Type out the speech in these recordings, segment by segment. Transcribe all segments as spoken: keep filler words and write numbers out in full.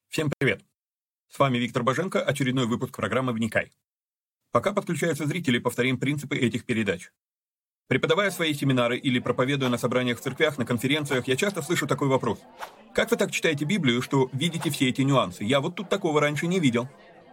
Всем привет! С вами Виктор Боженко, очередной выпуск программы «Вникай». Пока подключаются зрители, повторим принципы этих передач. Преподавая свои семинары или проповедуя на собраниях в церквях, на конференциях, я часто слышу такой вопрос. Как вы так читаете Библию, что видите все эти нюансы? Я вот тут такого раньше не видел.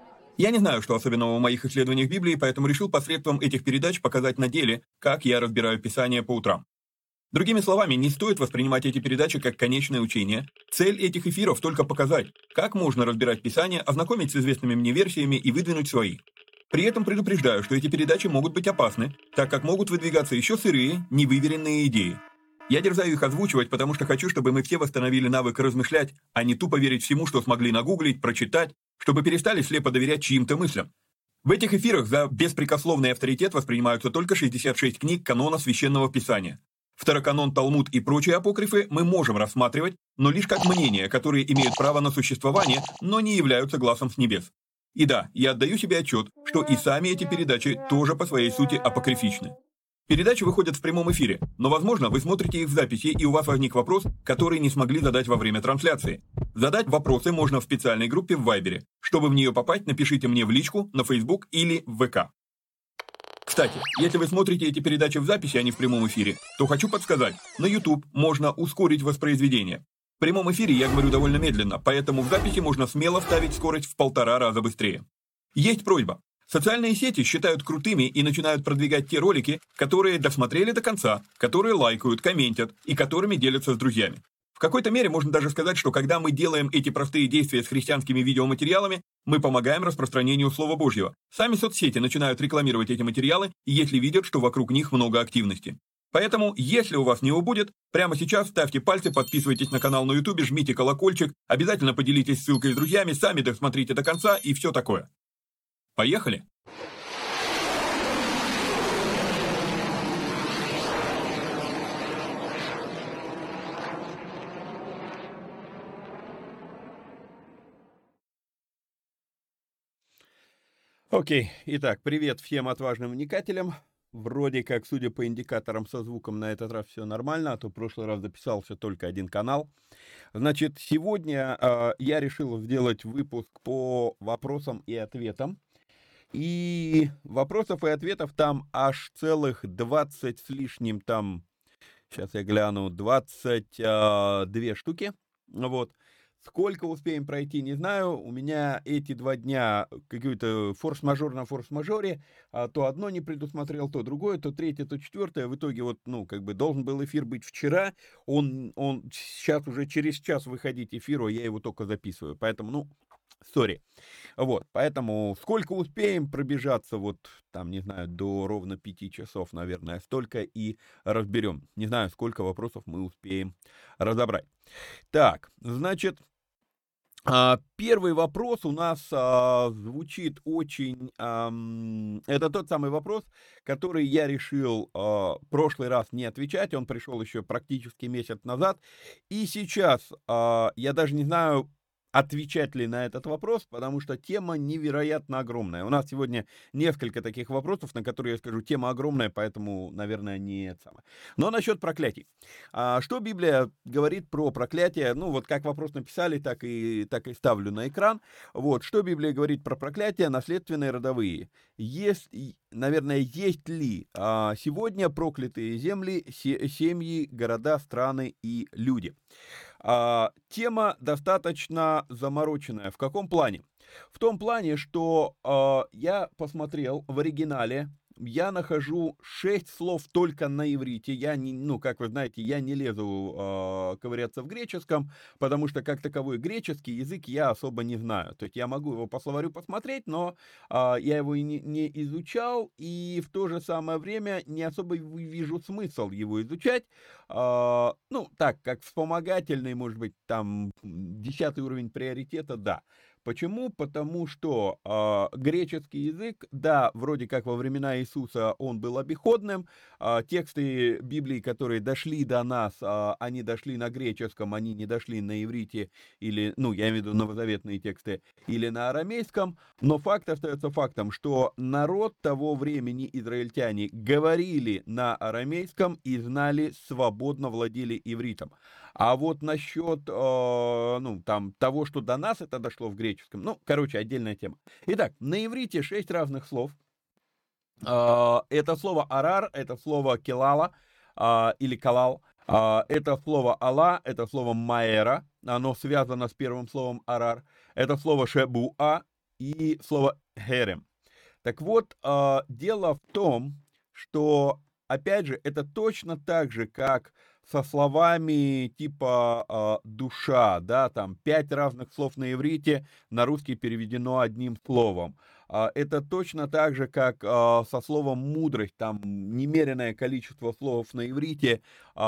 Я не знаю, что особенного в моих исследованиях Библии, поэтому решил посредством этих передач показать на деле, как я разбираю Писание по утрам. Другими словами, не стоит воспринимать эти передачи как конечное учение. Цель этих эфиров только показать, как можно разбирать Писание, ознакомить с известными мне версиями и выдвинуть свои. При этом предупреждаю, что эти передачи могут быть опасны, так как могут выдвигаться еще сырые, невыверенные идеи. Я дерзаю их озвучивать, потому что хочу, чтобы мы все восстановили навык размышлять, а не тупо верить всему, что смогли нагуглить, прочитать, чтобы перестали слепо доверять чьим-то мыслям. В этих эфирах за беспрекословный авторитет воспринимаются только шестьдесят шесть книг канона Священного Писания. Второканон, Талмуд и прочие апокрифы мы можем рассматривать, но лишь как мнения, которые имеют право на существование, но не являются гласом с небес. И да, я отдаю себе отчет, что и сами эти передачи тоже по своей сути апокрифичны. Передачи выходят в прямом эфире, но, возможно, вы смотрите их в записи, и у вас возник вопрос, который не смогли задать во время трансляции. Задать вопросы можно в специальной группе в Вайбере. Чтобы в нее попасть, напишите мне в личку, на Facebook или в ВК. Кстати, если вы смотрите эти передачи в записи, а не в прямом эфире, то хочу подсказать, на YouTube можно ускорить воспроизведение. В прямом эфире я говорю довольно медленно, поэтому в записи можно смело ставить скорость в полтора раза быстрее. Есть просьба. Социальные сети считают крутыми и начинают продвигать те ролики, которые досмотрели до конца, которые лайкают, комментят и которыми делятся с друзьями. В какой-то мере можно даже сказать, что когда мы делаем эти простые действия с христианскими видеоматериалами, мы помогаем распространению Слова Божьего. Сами соцсети начинают рекламировать эти материалы, если видят, что вокруг них много активности. Поэтому, если у вас не убудет, прямо сейчас ставьте пальцы, подписывайтесь на канал на YouTube, жмите колокольчик, обязательно поделитесь ссылкой с друзьями, сами досмотрите до конца и все такое. Поехали! Окей, итак, привет всем отважным вникателям. Вроде как, судя по индикаторам со звуком, на этот раз все нормально, а то в прошлый раз записался только один канал. Значит, сегодня э, я решил сделать выпуск по вопросам и ответам. И вопросов и ответов там аж целых двадцать с лишним, там, сейчас я гляну, двадцать две штуки, вот. Сколько успеем пройти, не знаю. У меня эти два дня какой-то форс-мажор на форс-мажоре. А то одно не предусмотрел, то другое, то третье, то четвертое. В итоге вот, ну, как бы должен был эфир быть вчера. Он, он сейчас уже через час выходить эфиру, я его только записываю. Поэтому, ну, сори. Вот, поэтому сколько успеем пробежаться, вот, там, не знаю, до ровно пяти часов, наверное, столько и разберем. Не знаю, сколько вопросов мы успеем разобрать. Так, значит... Первый вопрос у нас а, звучит очень... А, это тот самый вопрос, который я решил а, в прошлый раз не отвечать. Он пришел еще практически месяц назад. И сейчас а, я даже не знаю, отвечать ли на этот вопрос, потому что тема невероятно огромная. У нас сегодня несколько таких вопросов, на которые я скажу, тема огромная, поэтому, наверное, не это самое. Но насчет проклятий. А что Библия говорит про проклятие? Ну, вот как вопрос написали, так и, так и ставлю на экран. Вот, что Библия говорит про проклятия, наследственные, родовые? Есть, наверное, есть ли а, сегодня проклятые земли, се, семьи, города, страны и люди? А, тема достаточно замороченная. В каком плане? В том плане, что а, я посмотрел в оригинале, я нахожу шесть слов только на иврите. Я не, ну, как вы знаете, я не лезу э, ковыряться в греческом, потому что как таковой греческий язык я особо не знаю. То есть я могу его по словарю посмотреть, но э, я его и не, не изучал, и в то же самое время не особо вижу смысл его изучать. Э, ну, так, как вспомогательный, может быть, там, десятый уровень приоритета, да. Почему? Потому что э, греческий язык, да, вроде как во времена Иисуса он был обиходным, э, тексты Библии, которые дошли до нас, э, они дошли на греческом, они не дошли на иврите, или, ну, я имею в виду новозаветные тексты, или на арамейском, но факт остается фактом, что народ того времени, израильтяне, говорили на арамейском и знали, свободно владели ивритом. А вот насчет, э, ну, там, того, что до нас это дошло в греческом, ну, короче, отдельная тема. Итак, на иврите шесть разных слов. Э, это слово «арар», это слово «келала» э, или «калал», э, это слово «ала», это слово «маэра», оно связано с первым словом «арар», это слово «шебуа» и слово «херем». Так вот, э, дело в том, что, опять же, это точно так же, как со словами типа э, душа, да, там пять разных слов на иврите, на русский переведено одним словом. А, это точно так же, как а, со словом мудрость, там немеренное количество слов на иврите,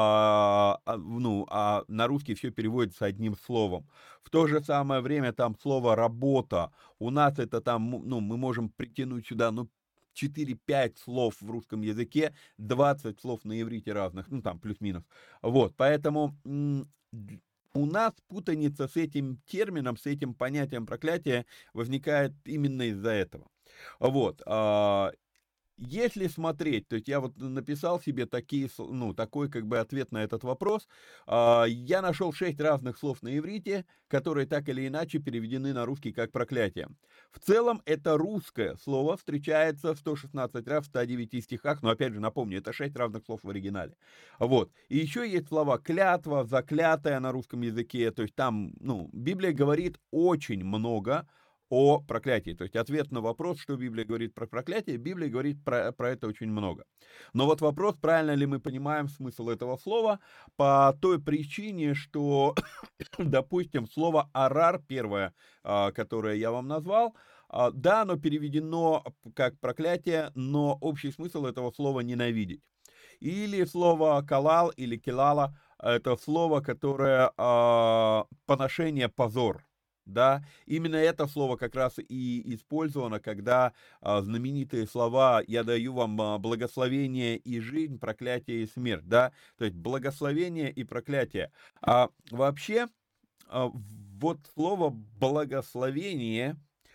а, а, ну, а на русский все переводится одним словом. В то же самое время там слово работа, у нас это там, ну, мы можем притянуть сюда, ну, четыре-пять слов в русском языке, двадцать слов на иврите разных, ну, там, плюс-минус. Вот, поэтому м, д- у нас путаница с этим термином, с этим понятием проклятия возникает именно из-за этого. Вот. а, Если смотреть, то есть я вот написал себе такие, с- ну, такой как бы ответ на этот вопрос. А, Я нашел шесть разных слов на иврите, которые так или иначе переведены на русский как проклятие. В целом это русское слово встречается сто шестнадцать раз в ста девяти стихах, но опять же напомню, это шесть разных слов в оригинале. Вот. И еще есть слова клятва, заклятая на русском языке, то есть там, ну, Библия говорит очень много о проклятии. То есть ответ на вопрос, что Библия говорит про проклятие, Библия говорит про, про это очень много. Но вот вопрос, правильно ли мы понимаем смысл этого слова, по той причине, что, допустим, слово «арар», первое, а, которое я вам назвал, а, да, оно переведено как проклятие, но общий смысл этого слова «ненавидеть». Или слово «калал» или «келала» — это слово, которое а, поношение, позор. Да, именно это слово как раз и использовано, когда а, знаменитые слова «я даю вам а, благословение и жизнь, проклятие и смерть», да, то есть благословение и проклятие. А вообще, а, вот слово «благословение»,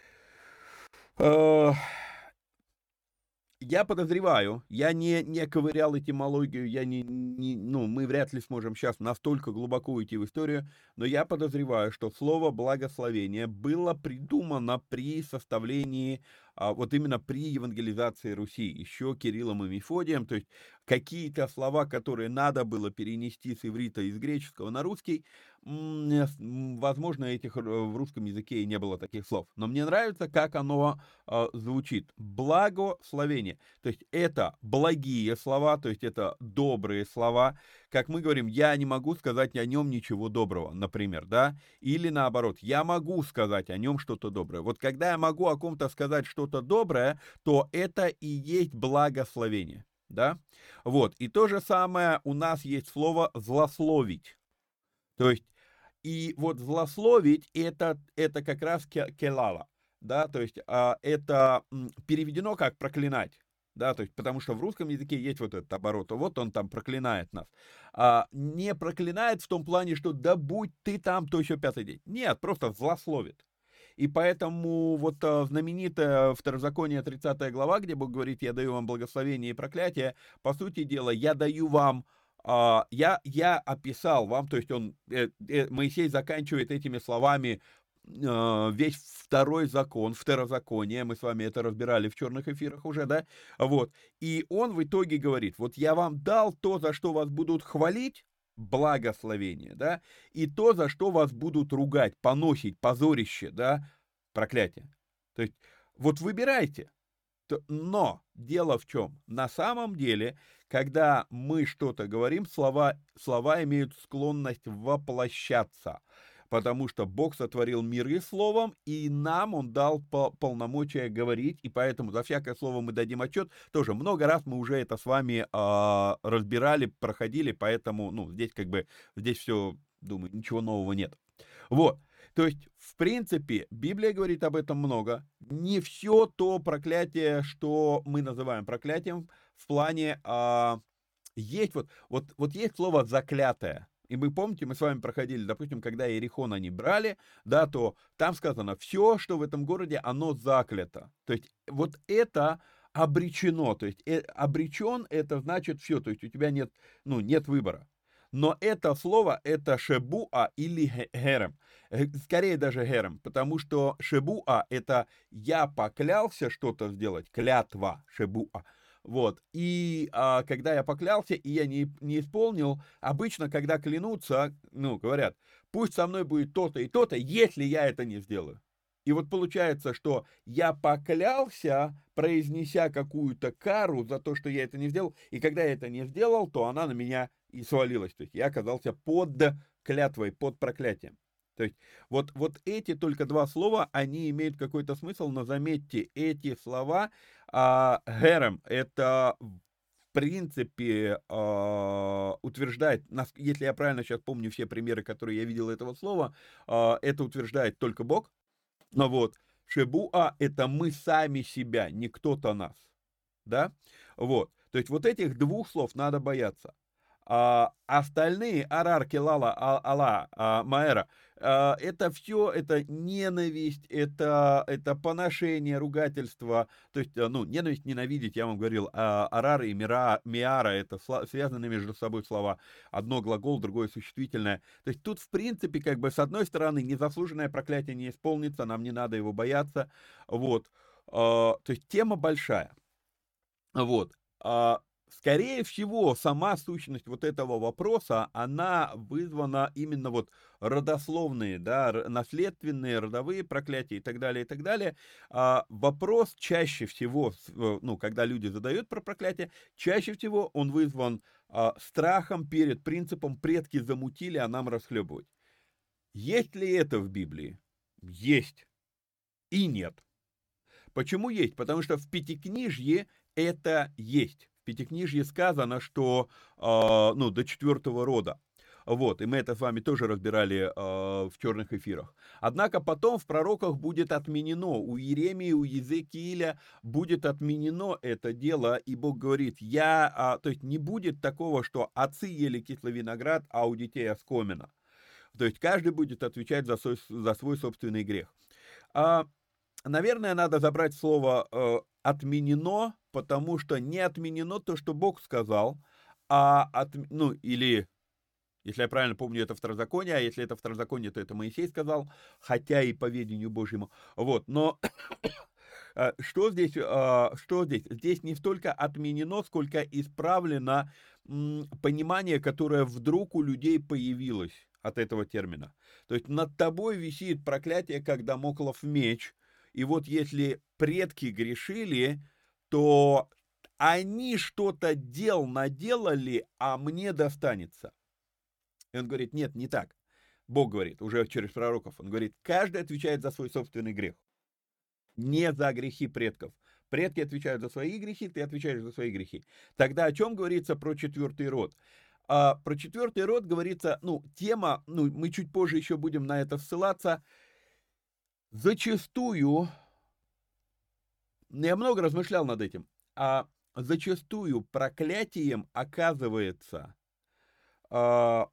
э, я подозреваю, я не, не ковырял этимологию, я не, не, ну, мы вряд ли сможем сейчас настолько глубоко уйти в историю, но я подозреваю, что слово «благословение» было придумано при составлении, а, вот именно при евангелизации Руси, еще Кириллом и Мефодием, то есть какие-то слова, которые надо было перенести с иврита из греческого на русский, м, м, возможно, этих э, в русском языке и не было таких слов. Но мне нравится, как оно а, звучит. Благословение. То есть это благие слова, то есть это добрые слова. Как мы говорим, я не могу сказать о нем ничего доброго, например, да? Или наоборот, я могу сказать о нем что-то доброе. Вот когда я могу о ком-то сказать что-то доброе, то это и есть благословение, да? Вот, и то же самое у нас есть слово «злословить». То есть, и вот злословить это, это как раз ке- келала, да, то есть а, это м, переведено как проклинать, да, то есть потому что в русском языке есть вот этот оборот, вот он там проклинает нас. А, не проклинает в том плане, что да будь ты там, то еще пятый день. Нет, просто злословит. И поэтому вот а, знаменитая Второзаконие тридцатая глава, где Бог говорит, я даю вам благословение и проклятие, по сути дела, я даю вам а, я, я описал вам, то есть он, э, э, Моисей заканчивает этими словами э, весь второй закон, второзаконие, мы с вами это разбирали в черных эфирах уже, да, вот, и он в итоге говорит, вот я вам дал то, за что вас будут хвалить, благословение, да, и то, за что вас будут ругать, поносить, позорище, да, проклятие. То есть вот выбирайте. То- Но дело в чем? На самом деле, когда мы что-то говорим, слова, слова имеют склонность воплощаться, потому что Бог сотворил миры словом, и нам Он дал по- полномочия говорить, и поэтому за всякое слово мы дадим отчет. Тоже много раз мы уже это с вами а, разбирали, проходили, поэтому, ну, здесь как бы, здесь все, думаю, ничего нового нет. Вот. То есть, в принципе, Библия говорит об этом много. Не все то проклятие, что мы называем проклятием, в плане а, есть вот, вот, вот есть слово заклятое. И мы помните, мы с вами проходили, допустим, когда Иерихон они брали, да, то там сказано, все, что в этом городе, оно заклято. То есть вот это обречено. То есть э, обречен, это значит все. То есть у тебя нет, ну, нет выбора. Но это слово, это шебуа или ге- герем. Э, Скорее даже герем, потому что шебуа — это я поклялся что-то сделать, клятва, шебуа. Вот. И а, когда я поклялся, и я не, не исполнил, обычно, когда клянутся, ну, говорят, пусть со мной будет то-то и то-то, если я это не сделаю. И вот получается, что я поклялся, произнеся какую-то кару за то, что я это не сделал, и когда я это не сделал, то она на меня и свалилась. То есть я оказался под клятвой, под проклятием. То есть вот, вот эти только два слова, они имеют какой-то смысл, но заметьте, эти слова а, герем, это в принципе а, утверждает, нас- если я правильно сейчас помню все примеры, которые я видел этого слова, а, это утверждает только Бог. Ну вот, шебуа — это мы сами себя, не кто-то нас, да? Вот, то есть вот этих двух слов надо бояться. А остальные, арар, келала, а- ала, а, маэра, а, это все, это ненависть, это, это поношение, ругательство, то есть, а, ну, ненависть, ненавидеть, я вам говорил, а, арар и мира, миара, это сла- связаны между собой слова, одно глагол, другое существительное, то есть тут, в принципе, как бы, с одной стороны, незаслуженное проклятие не исполнится, нам не надо его бояться, вот, а, то есть тема большая. Вот. А, Скорее всего, сама сущность вот этого вопроса, она вызвана именно вот родословные, да, р- наследственные, родовые проклятия и так далее, и так далее. А, вопрос чаще всего, с- э, ну, когда люди задают про проклятие, чаще всего он вызван а, страхом перед принципом «предки замутили, а нам расхлебывать». Есть ли это в Библии? Есть и нет. Почему есть? Потому что в Пятикнижье это есть. В Пятикнижье сказано, что э, ну, до четвертого рода. Вот, и мы это с вами тоже разбирали э, в черных эфирах. Однако потом в пророках будет отменено, у Иеремии, у Езекииля будет отменено это дело, и Бог говорит, я, а, то есть не будет такого, что отцы ели кислый виноград, а у детей оскомина. То есть каждый будет отвечать за свой, за свой собственный грех. А, Наверное, надо забрать слово э, «отменено», потому что не отменено то, что Бог сказал, а от, ну, или, если я правильно помню, это второзаконие, а если это второзаконие, то это Моисей сказал, хотя и по ведению Божьему. Вот, но э, что здесь, э, что здесь? Здесь не столько отменено, сколько исправлено м, понимание, которое вдруг у людей появилось от этого термина. То есть над тобой висит проклятие, как дамоклов меч, и вот если предки грешили, то они что-то дел наделали, а мне достанется. И он говорит, нет, не так. Бог говорит, уже через пророков, он говорит, каждый отвечает за свой собственный грех, не за грехи предков. Предки отвечают за свои грехи, ты отвечаешь за свои грехи. Тогда о чем говорится про четвертый род? А, про четвертый род говорится, ну, тема, ну, мы чуть позже еще будем на это ссылаться. Зачастую, я много размышлял над этим, а зачастую проклятием оказывается, а,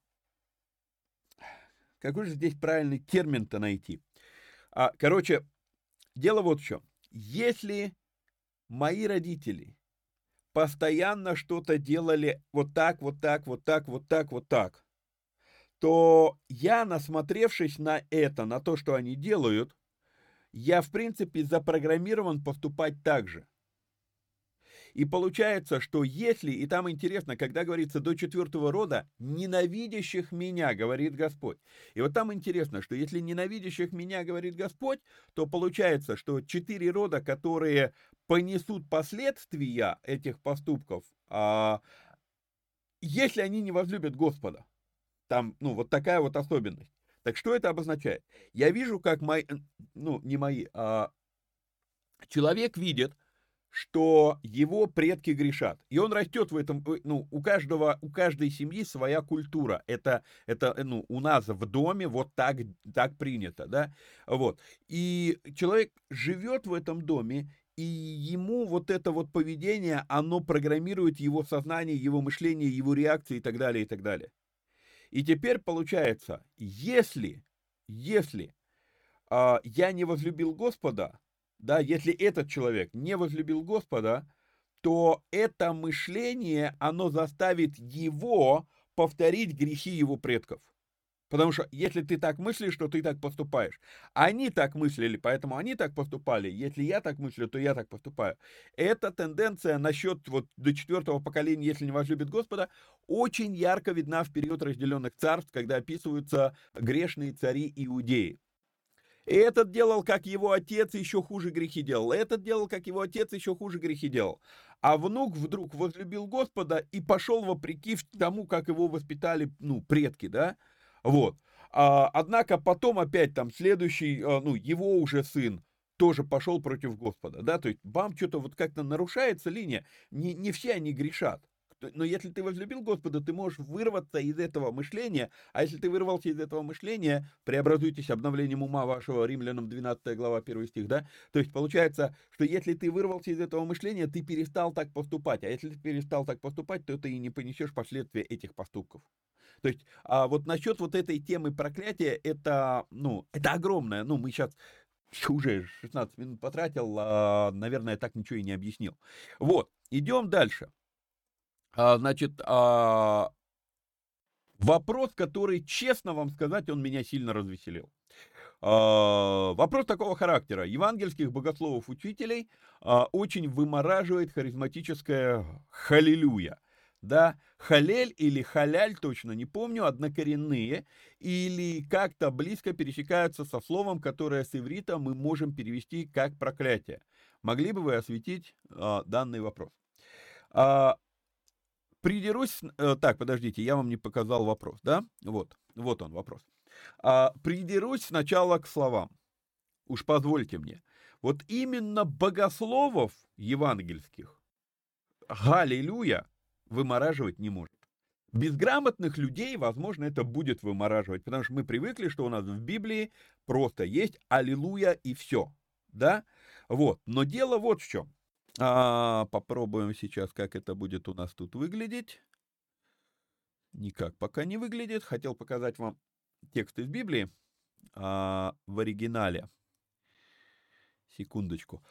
какой же здесь правильный термин-то найти? А, короче, дело вот в чем. Если мои родители постоянно что-то делали вот так, вот так, вот так, вот так, вот так, то я, насмотревшись на это, на то, что они делают, я, в принципе, запрограммирован поступать так же. И получается, что если, и там интересно, когда говорится до четвертого рода, ненавидящих меня, говорит Господь. И вот там интересно, что если ненавидящих меня, говорит Господь, то получается, что четыре рода, которые понесут последствия этих поступков, а, если они не возлюбят Господа. Там, ну, вот такая вот особенность. Так что это обозначает? Я вижу, как мои, ну, не мои, а человек видит, что его предки грешат. И он растет в этом, ну, у каждого, у каждой семьи своя культура. Это, это, ну, у нас в доме вот так, так принято, да, вот. И человек живет в этом доме, и ему вот это вот поведение, оно программирует его сознание, его мышление, его реакции и так далее, и так далее. И теперь получается, если, если а, я не возлюбил Господа, да, если этот человек не возлюбил Господа, то это мышление, оно заставит его повторить грехи его предков. Потому что если ты так мыслишь, то ты так поступаешь. Они так мыслили, поэтому они так поступали. Если я так мыслю, то я так поступаю. Эта тенденция насчет вот до четвертого поколения, если не возлюбит Господа, очень ярко видна в период разделенных царств, когда описываются грешные цари Иудеи. И этот делал, как его отец, еще хуже грехи делал. Этот делал, как его отец, еще хуже грехи делал. А внук вдруг возлюбил Господа и пошел вопреки тому, как его воспитали, ну, предки, да? Вот. А, однако потом опять там следующий, а, ну, его уже сын тоже пошел против Господа, да, то есть бам, что-то вот как-то нарушается линия, не, не все они грешат. Но если ты возлюбил Господа, ты можешь вырваться из этого мышления, а если ты вырвался из этого мышления, преобразуйтесь обновлением ума вашего, Римлянам двенадцатая глава, первый стих, да, то есть получается, что если ты вырвался из этого мышления, ты перестал так поступать, а если ты перестал так поступать, то ты и не понесешь последствия этих поступков. То есть, а вот насчет вот этой темы проклятия, это, ну, это огромное, ну, мы сейчас уже шестнадцать минут потратил, а, наверное, так ничего и не объяснил. Вот, идем дальше. А, значит, а, вопрос, который, честно вам сказать, он меня сильно развеселил. А, вопрос такого характера. Евангельских богословов-учителей а, очень вымораживает харизматическое «халилюя». Да, халель или халяль, точно не помню, однокоренные, или как-то близко пересекаются со словом, которое с иврита мы можем перевести как проклятие. Могли бы вы осветить а, данный вопрос? А, придерусь, а, так, подождите, я вам не показал вопрос, да? Вот, вот он вопрос. А, придерусь сначала к словам. Уж позвольте мне. Вот именно богословов евангельских, галилюя, вымораживать не может. Безграмотных людей, возможно, это будет вымораживать, потому что мы привыкли, что у нас в Библии просто есть аллилуйя и все, да? Вот, но дело вот в чем. А, попробуем сейчас, как это будет у нас тут выглядеть. Никак пока не выглядит. Хотел показать вам текст из Библии а, в оригинале. Секундочку.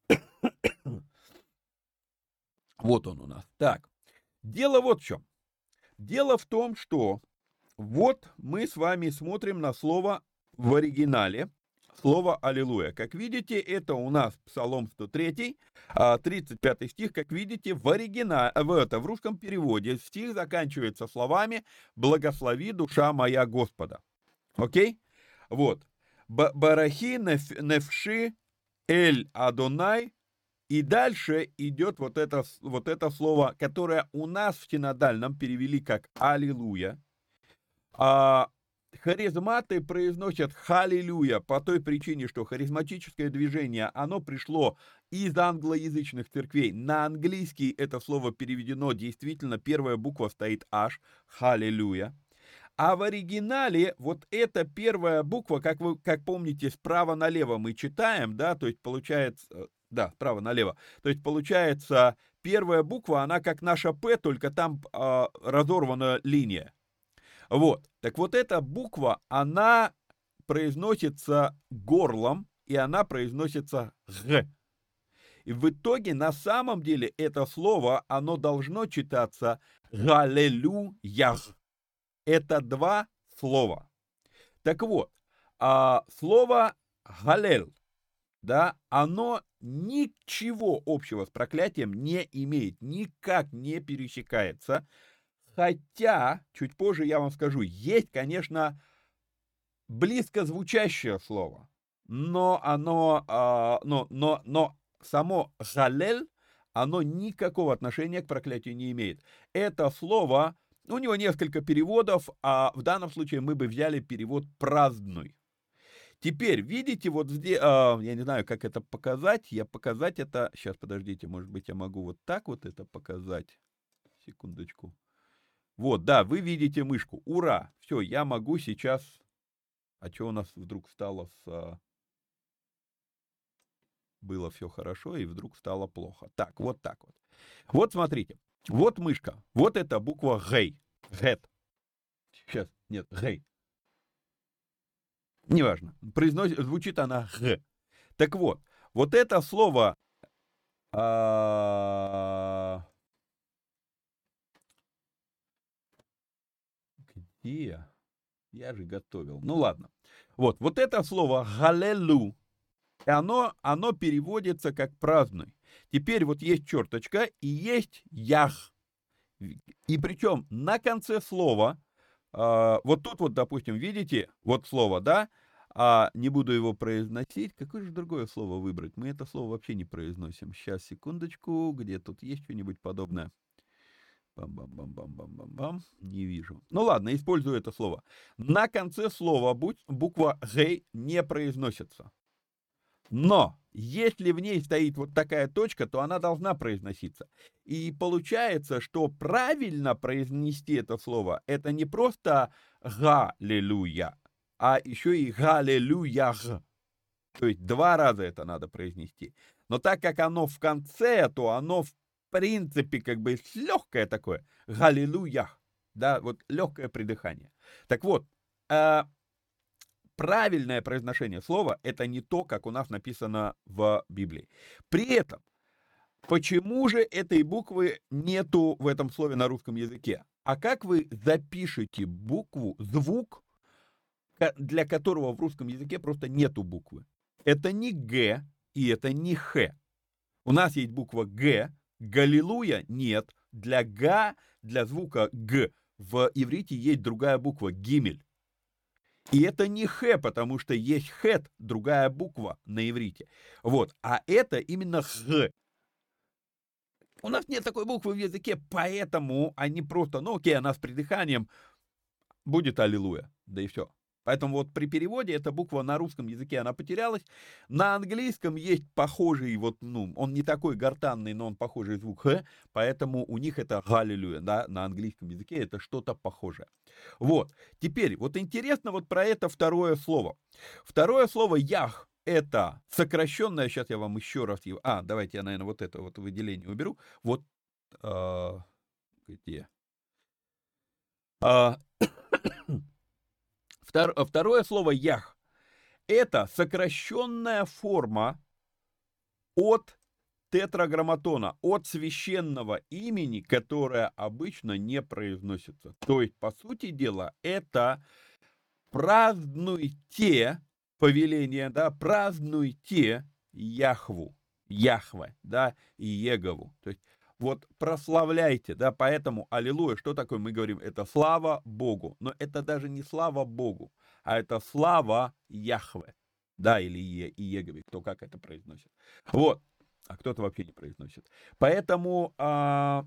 Вот он у нас. Так. Дело вот в чем. Дело в том, что вот мы с вами смотрим на слово в оригинале, слово «Аллилуйя». Как видите, это у нас Псалом сто три, тридцать пятый стих. Как видите, в оригинале, в, это, в русском переводе стих заканчивается словами «Благослови, душа моя Господа». Окей? Вот. «Барахи нефши эль Адонай». И дальше идет вот это, вот это слово, которое у нас в синодальном перевели как «Аллилуйя». А харизматы произносят «Халилюя» по той причине, что харизматическое движение, оно пришло из англоязычных церквей. На английский это слово переведено, действительно, первая буква стоит «H», «Халилюя». А в оригинале вот эта первая буква, как вы как помните, справа налево мы читаем, да, то есть получается... Да, справа налево. То есть получается, первая буква, она как наша «П», только там э, разорвана линия. Вот. Так вот эта буква, она произносится горлом, и она произносится «г». И в итоге, на самом деле, это слово, оно должно читаться «галелюях». Это два слова. Так вот, а, слово «галель», да, оно ничего общего с проклятием не имеет, никак не пересекается. Хотя, чуть позже я вам скажу, есть, конечно, близко звучащее слово, но оно, а, но, но, но само «галель», оно никакого отношения к проклятию не имеет. Это слово, у него несколько переводов, а в данном случае мы бы взяли перевод «празднуй». Теперь, видите, вот здесь, а, я не знаю, как это показать, я показать это, сейчас, подождите, может быть, я могу вот так вот это показать, секундочку. Вот, да, вы видите мышку, ура, все, я могу сейчас, а что у нас вдруг стало с, а... было все хорошо, и вдруг стало плохо. Так, вот так вот. Вот смотрите, вот мышка, вот эта буква Г, Гэт, сейчас, нет, Г. Неважно, произносит, звучит она «г». Так вот, вот это слово а... И я же готовил. Ну ладно. Вот, вот это слово «галелу», оно, оно переводится как «празднуй». Теперь вот есть черточка и есть «ях». И причем на конце слова, э, вот тут вот, допустим, видите, вот слово, да, а не буду его произносить. Какое же другое слово выбрать? Мы это слово вообще не произносим. Сейчас, секундочку, где тут есть что-нибудь подобное? Бам-бам-бам-бам-бам-бам-бам. Не вижу. Ну ладно, использую это слово. На конце слова буква «г» не произносится. Но если в ней стоит вот такая точка, то она должна произноситься. И получается, что правильно произнести это слово, это не просто «галилуя», а еще и «галилуях». То есть два раза это надо произнести. Но так как оно в конце, то оно в принципе как бы легкое такое. «Галилуях». Да, вот легкое придыхание. Так вот, э, правильное произношение слова — это не то, как у нас написано в Библии. При этом, почему же этой буквы нету в этом слове на русском языке? А как вы запишете букву, звук, для которого в русском языке просто нету буквы? Это не «г» и это не «х». У нас есть буква «г», «галилуя» нет. Для «га», для звука «г» в иврите есть другая буква «гимель». И это не «х», потому что есть «хэт», другая буква на иврите. Вот, а это именно «х». У нас нет такой буквы в языке, поэтому они просто, ну окей, она с придыханием, будет «аллилуйя», да и все. Поэтому вот при переводе эта буква на русском языке, она потерялась. На английском есть похожий, вот, ну, он не такой гортанный, но он похожий звук «х», поэтому у них это «галилуя», да, на английском языке это что-то похожее. Вот, теперь, вот интересно вот про это второе слово. Второе слово «ях» — это сокращенное, сейчас я вам еще раз его, а, давайте я, наверное, вот это вот выделение уберу. Вот, э, где? А, Второе слово «ях» — это сокращенная форма от тетраграмматона, от священного имени, которое обычно не произносится. То есть, по сути дела, это празднуйте повеление, да, празднуйте Яхву, Яхве, да, и Егову. То есть, вот прославляйте, да, поэтому аллилуйя, что такое мы говорим? Это слава Богу, но это даже не слава Богу, а это слава Яхве, да, или Е, и Егове, кто как это произносит. Вот, а кто-то вообще не произносит. Поэтому, а,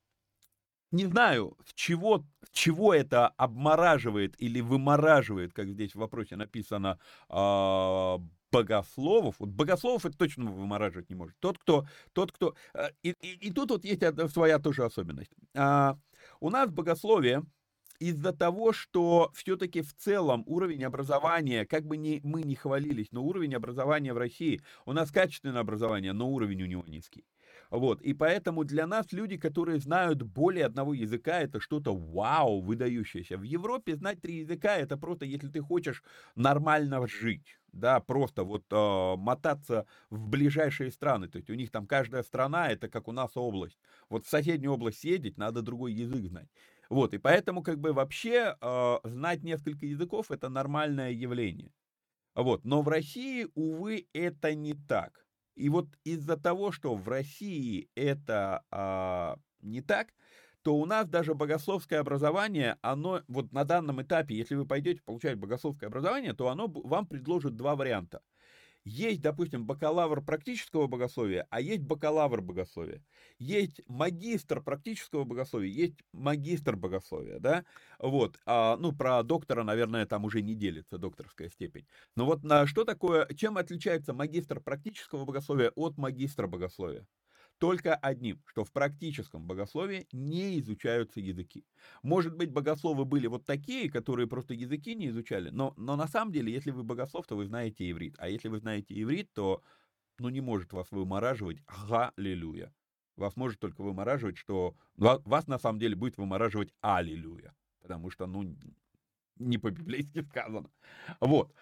не знаю, с чего, с чего это обмораживает или вымораживает, как здесь в вопросе написано, а, богословов. Вот богословов это точно вымораживать не может. Тот, кто... Тот, кто и, и, и тут вот есть своя тоже особенность. А, у нас богословие из-за того, что все-таки в целом уровень образования, как бы ни, мы ни хвалились, но уровень образования в России, у нас качественное образование, но уровень у него низкий. Вот, и поэтому для нас люди, которые знают более одного языка, это что-то вау, выдающееся. В Европе знать три языка, это просто, если ты хочешь нормально жить, да, просто вот э, мотаться в ближайшие страны, то есть у них там каждая страна, это как у нас область. Вот в соседнюю область съездить, надо другой язык знать. Вот, и поэтому как бы вообще э, знать несколько языков это нормальное явление. Вот, но в России, увы, это не так. И вот из-за того, что в России это а, не так, то у нас даже богословское образование, оно вот на данном этапе, если вы пойдете получать богословское образование, то оно вам предложит два варианта. Есть, допустим, бакалавр практического богословия, а есть бакалавр богословия. Есть магистр практического богословия, есть магистр богословия, да, вот, а, ну, про доктора, наверное, там уже не делится докторская степень. Но вот на что такое, чем отличается магистр практического богословия от магистра богословия? Только одним, что в практическом богословии не изучаются языки. Может быть, богословы были вот такие, которые просто языки не изучали, но, но на самом деле, если вы богослов, то вы знаете иврит. А если вы знаете иврит, то ну, не может вас вымораживать «Галилуя». Вас может только вымораживать, что... Вас на самом деле будет вымораживать «Аллилуйя». Потому что, ну, не по-библейски сказано. Вот.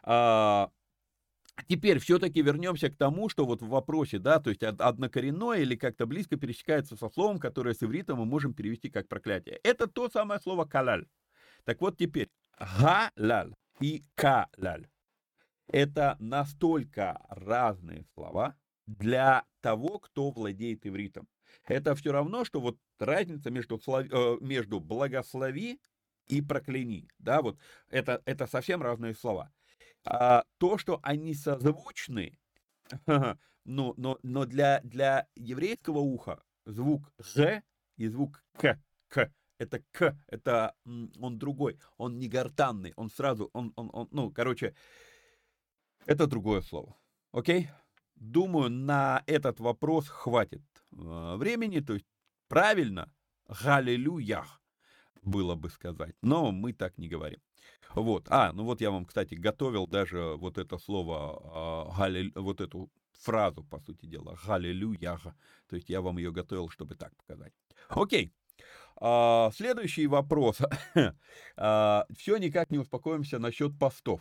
Теперь все-таки вернемся к тому, что вот в вопросе, да, то есть однокоренное или как-то близко пересекается со словом, которое с ивритом мы можем перевести как проклятие. Это то самое слово «калаль». Так вот теперь, галяль и каляль — это настолько разные слова для того, кто владеет ивритом. Это все равно, что вот разница между, слов... э, между благослови и прокляни. Да, вот это, это совсем разные слова. А то, что они созвучны, но, но, но для, для еврейского уха звук «г» и звук «к», «к» — это «к», это он другой, он не гортанный, он сразу, он, он, он, ну, короче, это другое слово. Окей? Думаю, на этот вопрос хватит э, времени, то есть правильно «галилюях» было бы сказать, но мы так не говорим. Вот. А, ну вот я вам, кстати, готовил даже вот это слово, э, галиль, вот эту фразу, по сути дела, «галилюях», то есть я вам ее готовил, чтобы так показать. Окей. А, следующий вопрос. а, все никак не успокоимся насчет постов.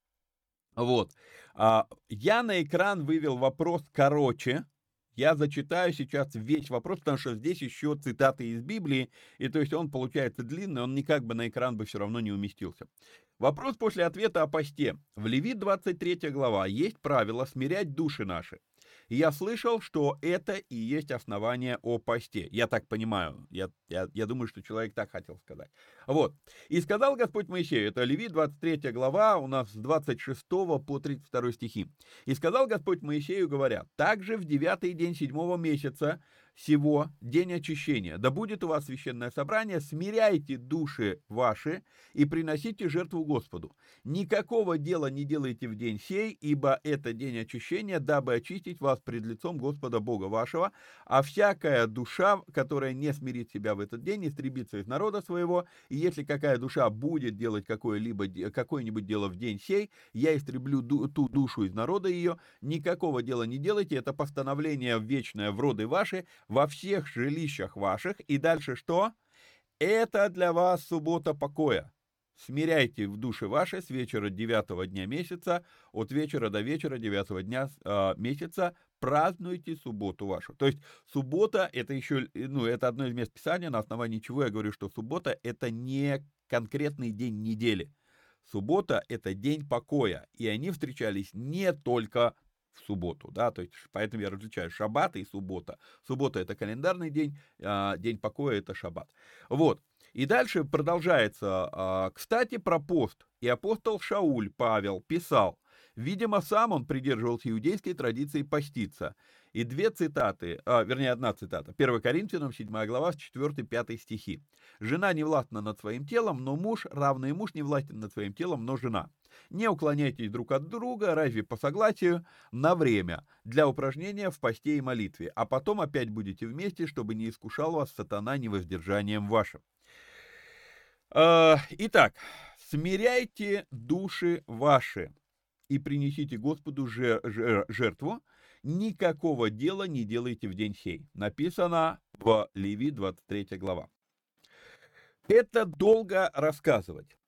Вот. А, я на экран вывел вопрос короче. Я зачитаю сейчас весь вопрос, потому что здесь еще цитаты из Библии, и то есть он получается длинный, он никак бы на экран бы все равно не уместился. Вопрос после ответа о посте. В Левит двадцать третья глава есть правило смирять души наши. И я слышал, что это и есть основание о посте. Я так понимаю, я, я, я думаю, что человек так хотел сказать. Вот. «И сказал Господь Моисею», это Левит двадцать третья глава, у нас с двадцать шестого по тридцать второй стихи. «И сказал Господь Моисею, говоря, также в девятый день седьмого месяца сего, день очищения, да будет у вас священное собрание, смиряйте души ваши и приносите жертву Господу. Никакого дела не делайте в день сей, ибо это день очищения, дабы очистить вас пред лицом Господа Бога вашего, а всякая душа, которая не смирит себя в этот день, истребится из народа своего, и если какая душа будет делать какое-либо, какое-нибудь дело в день сей, я истреблю ду- ту душу из народа ее, никакого дела не делайте, это постановление вечное в роды ваши, во всех жилищах ваших». И дальше что? «Это для вас суббота покоя. Смиряйте в душе ваши с вечера девятого дня месяца, от вечера до вечера девятого дня э, месяца празднуйте субботу вашу». То есть суббота — это еще, ну, это одно из мест Писания, на основании чего я говорю, что суббота — это не конкретный день недели. Суббота — это день покоя, и они встречались не только в субботу, да, то есть поэтому я различаю шаббат и суббота. Суббота — это календарный день, а день покоя — это шаббат. Вот. И дальше продолжается. Кстати, про пост. «И апостол Шауль, Павел, писал». Видимо, сам он придерживался иудейской традиции поститься. И две цитаты, а, вернее, одна цитата. первое Коринфянам, седьмая глава, четыре-пять стихи. «Жена не властна над своим телом, но муж, равный муж, не властен над своим телом, но жена. Не уклоняйтесь друг от друга, разве по согласию, на время, для упражнения в посте и молитве, а потом опять будете вместе, чтобы не искушал вас сатана невоздержанием вашим». Итак, смиряйте души ваши и принесите Господу жертву, никакого дела не делайте в день сей. Написано в Левит двадцать третья глава. Это долго рассказывать.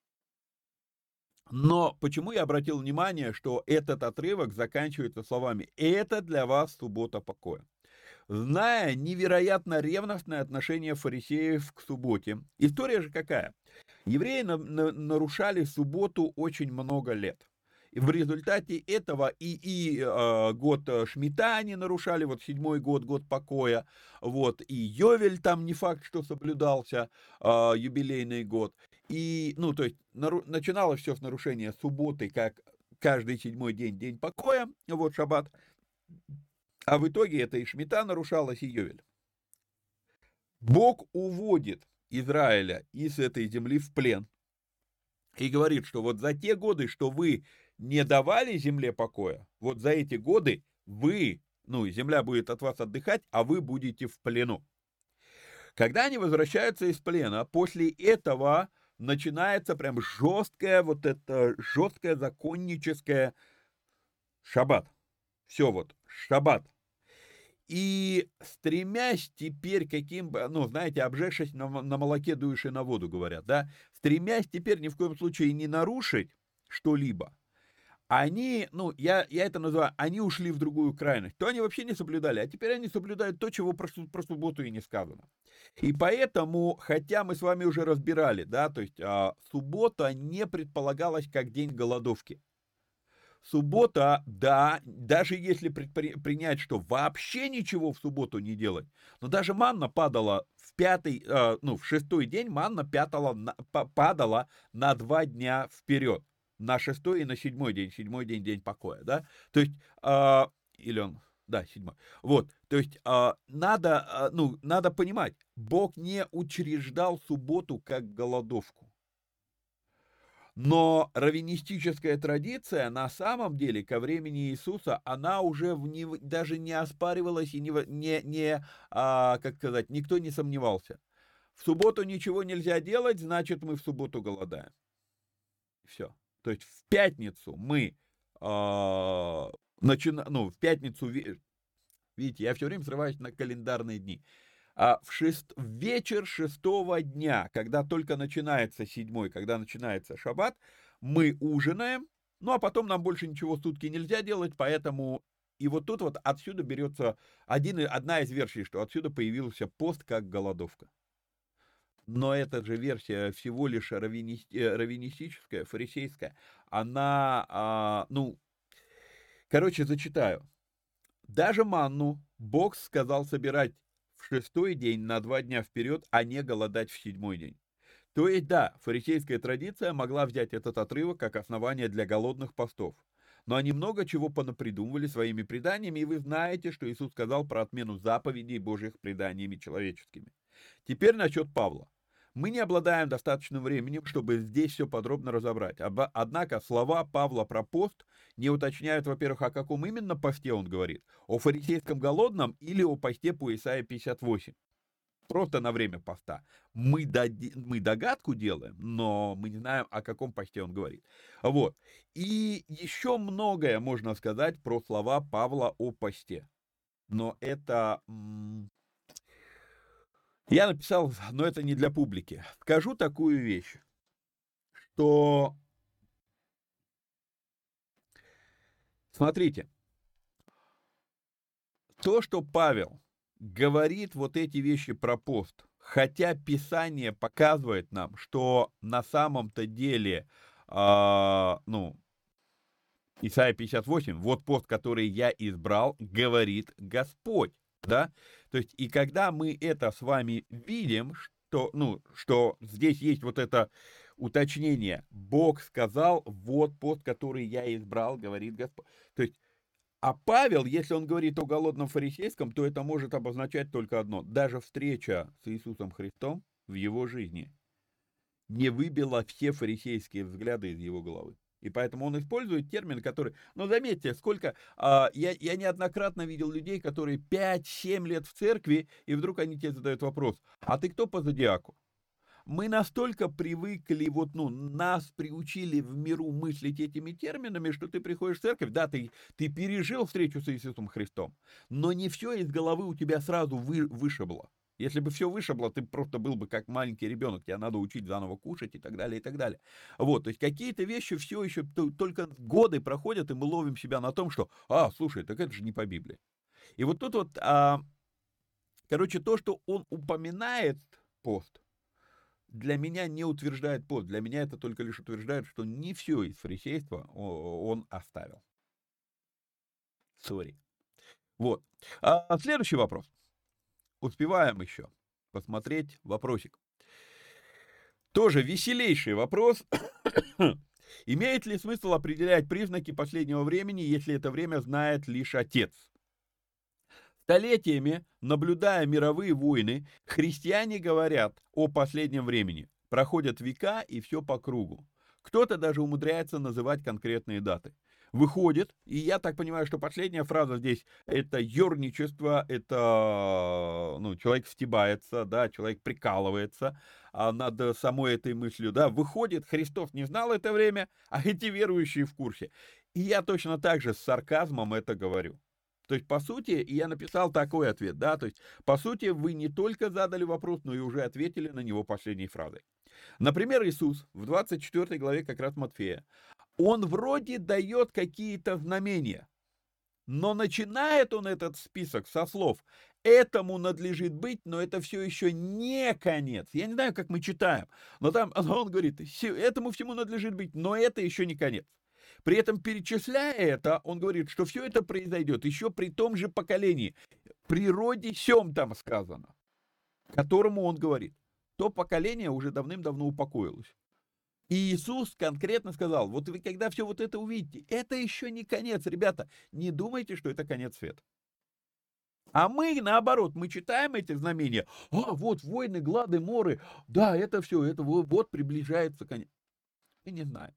Но почему я обратил внимание, что этот отрывок заканчивается словами «это для вас суббота покоя». Зная невероятно ревностное отношение фарисеев к субботе, история же какая? Евреи на- на- нарушали субботу очень много лет. И в результате этого и, и э, год Шмита они нарушали, вот седьмой год, год покоя, вот, и Йовель там не факт, что соблюдался, э, юбилейный год. И, ну, то есть, нару- начиналось все с нарушения субботы, как каждый седьмой день, день покоя, вот, шаббат. А в итоге это и Шмита нарушалась, и Йовель. Бог уводит Израиля из этой земли в плен и говорит, что вот за те годы, что вы не давали земле покоя, вот за эти годы вы, ну, земля будет от вас отдыхать, а вы будете в плену. Когда они возвращаются из плена, после этого начинается прям жесткое, вот это жесткое законническое шаббат. Все вот, шаббат. И стремясь теперь каким бы, ну, знаете, обжегшись на, на молоке, дуешь на воду, говорят, да, стремясь теперь ни в коем случае не нарушить что-либо, они, ну, я, я это называю, они ушли в другую крайность. То они вообще не соблюдали, а теперь они соблюдают то, чего про, су- про субботу и не сказано. И поэтому, хотя мы с вами уже разбирали, да, то есть а, суббота не предполагалась как день голодовки. Суббота, да, даже если предпри- принять, что вообще ничего в субботу не делать, но даже манна падала в пятый, э, ну, в шестой день манна пятала на- па- падала на два дня вперед, на шестой и на седьмой день, седьмой день, день покоя, да, то есть, э, или он, да, седьмой, вот, то есть, э, надо, э, ну, надо понимать, Бог не учреждал субботу как голодовку. Но раввинистическая традиция на самом деле ко времени Иисуса, она уже в не, даже не оспаривалась и не, не, не а, как сказать, никто не сомневался. В субботу ничего нельзя делать, значит мы в субботу голодаем. Все. То есть в пятницу мы а, начинаем, ну в пятницу, видите, я все время срываюсь на календарные дни. А в, шест... в вечер шестого дня, когда только начинается седьмой, когда начинается шаббат, мы ужинаем, ну а потом нам больше ничего сутки нельзя делать, поэтому и вот тут вот отсюда берется один, одна из версий, что отсюда появился пост как голодовка. Но эта же версия всего лишь раввини... раввинистическая, фарисейская, она, а, ну, короче, зачитаю. Даже манну Бог сказал собирать в шестой день на два дня вперед, а не голодать в седьмой день. То есть, да, фарисейская традиция могла взять этот отрывок как основание для голодных постов. Но они много чего понапридумывали своими преданиями, и вы знаете, что Иисус сказал про отмену заповедей Божьих преданиями человеческими. Теперь насчет Павла. Мы не обладаем достаточным временем, чтобы здесь все подробно разобрать. Однако слова Павла про пост не уточняют, во-первых, о каком именно посте он говорит. О фарисейском голодном или о посте по Исаии пятьдесят восемь. Просто на время поста. Мы, доди- мы догадку делаем, но мы не знаем, о каком посте он говорит. Вот. И еще многое можно сказать про слова Павла о посте. Но это... м, Я написал, но это не для публики. Скажу такую вещь, что, смотрите, то, что Павел говорит вот эти вещи про пост, хотя Писание показывает нам, что на самом-то деле, а, ну, Исайя пятьдесят восемь, вот пост, который я избрал, говорит Господь, да? То есть, и когда мы это с вами видим, что, ну, что здесь есть вот это уточнение, Бог сказал, вот пост, который я избрал, говорит Господь. То есть, а Павел, если он говорит о голодном фарисейском, то это может обозначать только одно. Даже встреча с Иисусом Христом в его жизни не выбила все фарисейские взгляды из его головы. И поэтому он использует термин, который... Но заметьте, сколько... А, я, я неоднократно видел людей, которые пять-семь лет в церкви, и вдруг они тебе задают вопрос, а ты кто по зодиаку? Мы настолько привыкли, вот, ну, нас приучили в миру мыслить этими терминами, что ты приходишь в церковь, да, ты, ты пережил встречу с Иисусом Христом, но не все из головы у тебя сразу вы, вышибло. Если бы все вышибло, ты просто был бы как маленький ребенок, тебе надо учить заново кушать и так далее, и так далее. Вот, то есть какие-то вещи все еще только годы проходят, и мы ловим себя на том, что, а, слушай, так это же не по Библии. И вот тут вот, а, короче, то, что он упоминает пост, для меня не утверждает пост. Для меня это только лишь утверждает, что не все из фарисейства он оставил. Сори. Вот. А следующий вопрос. Успеваем еще посмотреть вопросик. Тоже веселейший вопрос. Имеет ли смысл определять признаки последнего времени, если это время знает лишь Отец? Столетиями, наблюдая мировые войны, христиане говорят о последнем времени. Проходят века и все по кругу. Кто-то даже умудряется называть конкретные даты. Выходит, и я так понимаю, что последняя фраза здесь это ерничество, это, ну, человек стебается, да, человек прикалывается а, над самой этой мыслью, да. Выходит, Христос не знал это время, а эти верующие в курсе. И я точно так же с сарказмом это говорю. То есть, по сути, я написал такой ответ, да, то есть, по сути, вы не только задали вопрос, но и уже ответили на него последней фразой. Например, Иисус в двадцать четвёртой главе как раз Матфея он вроде дает какие-то знамения, но начинает он этот список со слов «этому надлежит быть, но это все еще не конец». Я не знаю, как мы читаем, но там он говорит «этому всему надлежит быть, но это еще не конец». При этом, перечисляя это, он говорит, что все это произойдет еще при том же поколении. Природе сем там сказано, которому он говорит. То поколение уже давным-давно упокоилось. И Иисус конкретно сказал, вот вы когда все вот это увидите, это еще не конец, ребята, не думайте, что это конец света. А мы, наоборот, мы читаем эти знамения, а вот войны, глады, моры, да, это все, это вот, вот приближается конец. И не знаю.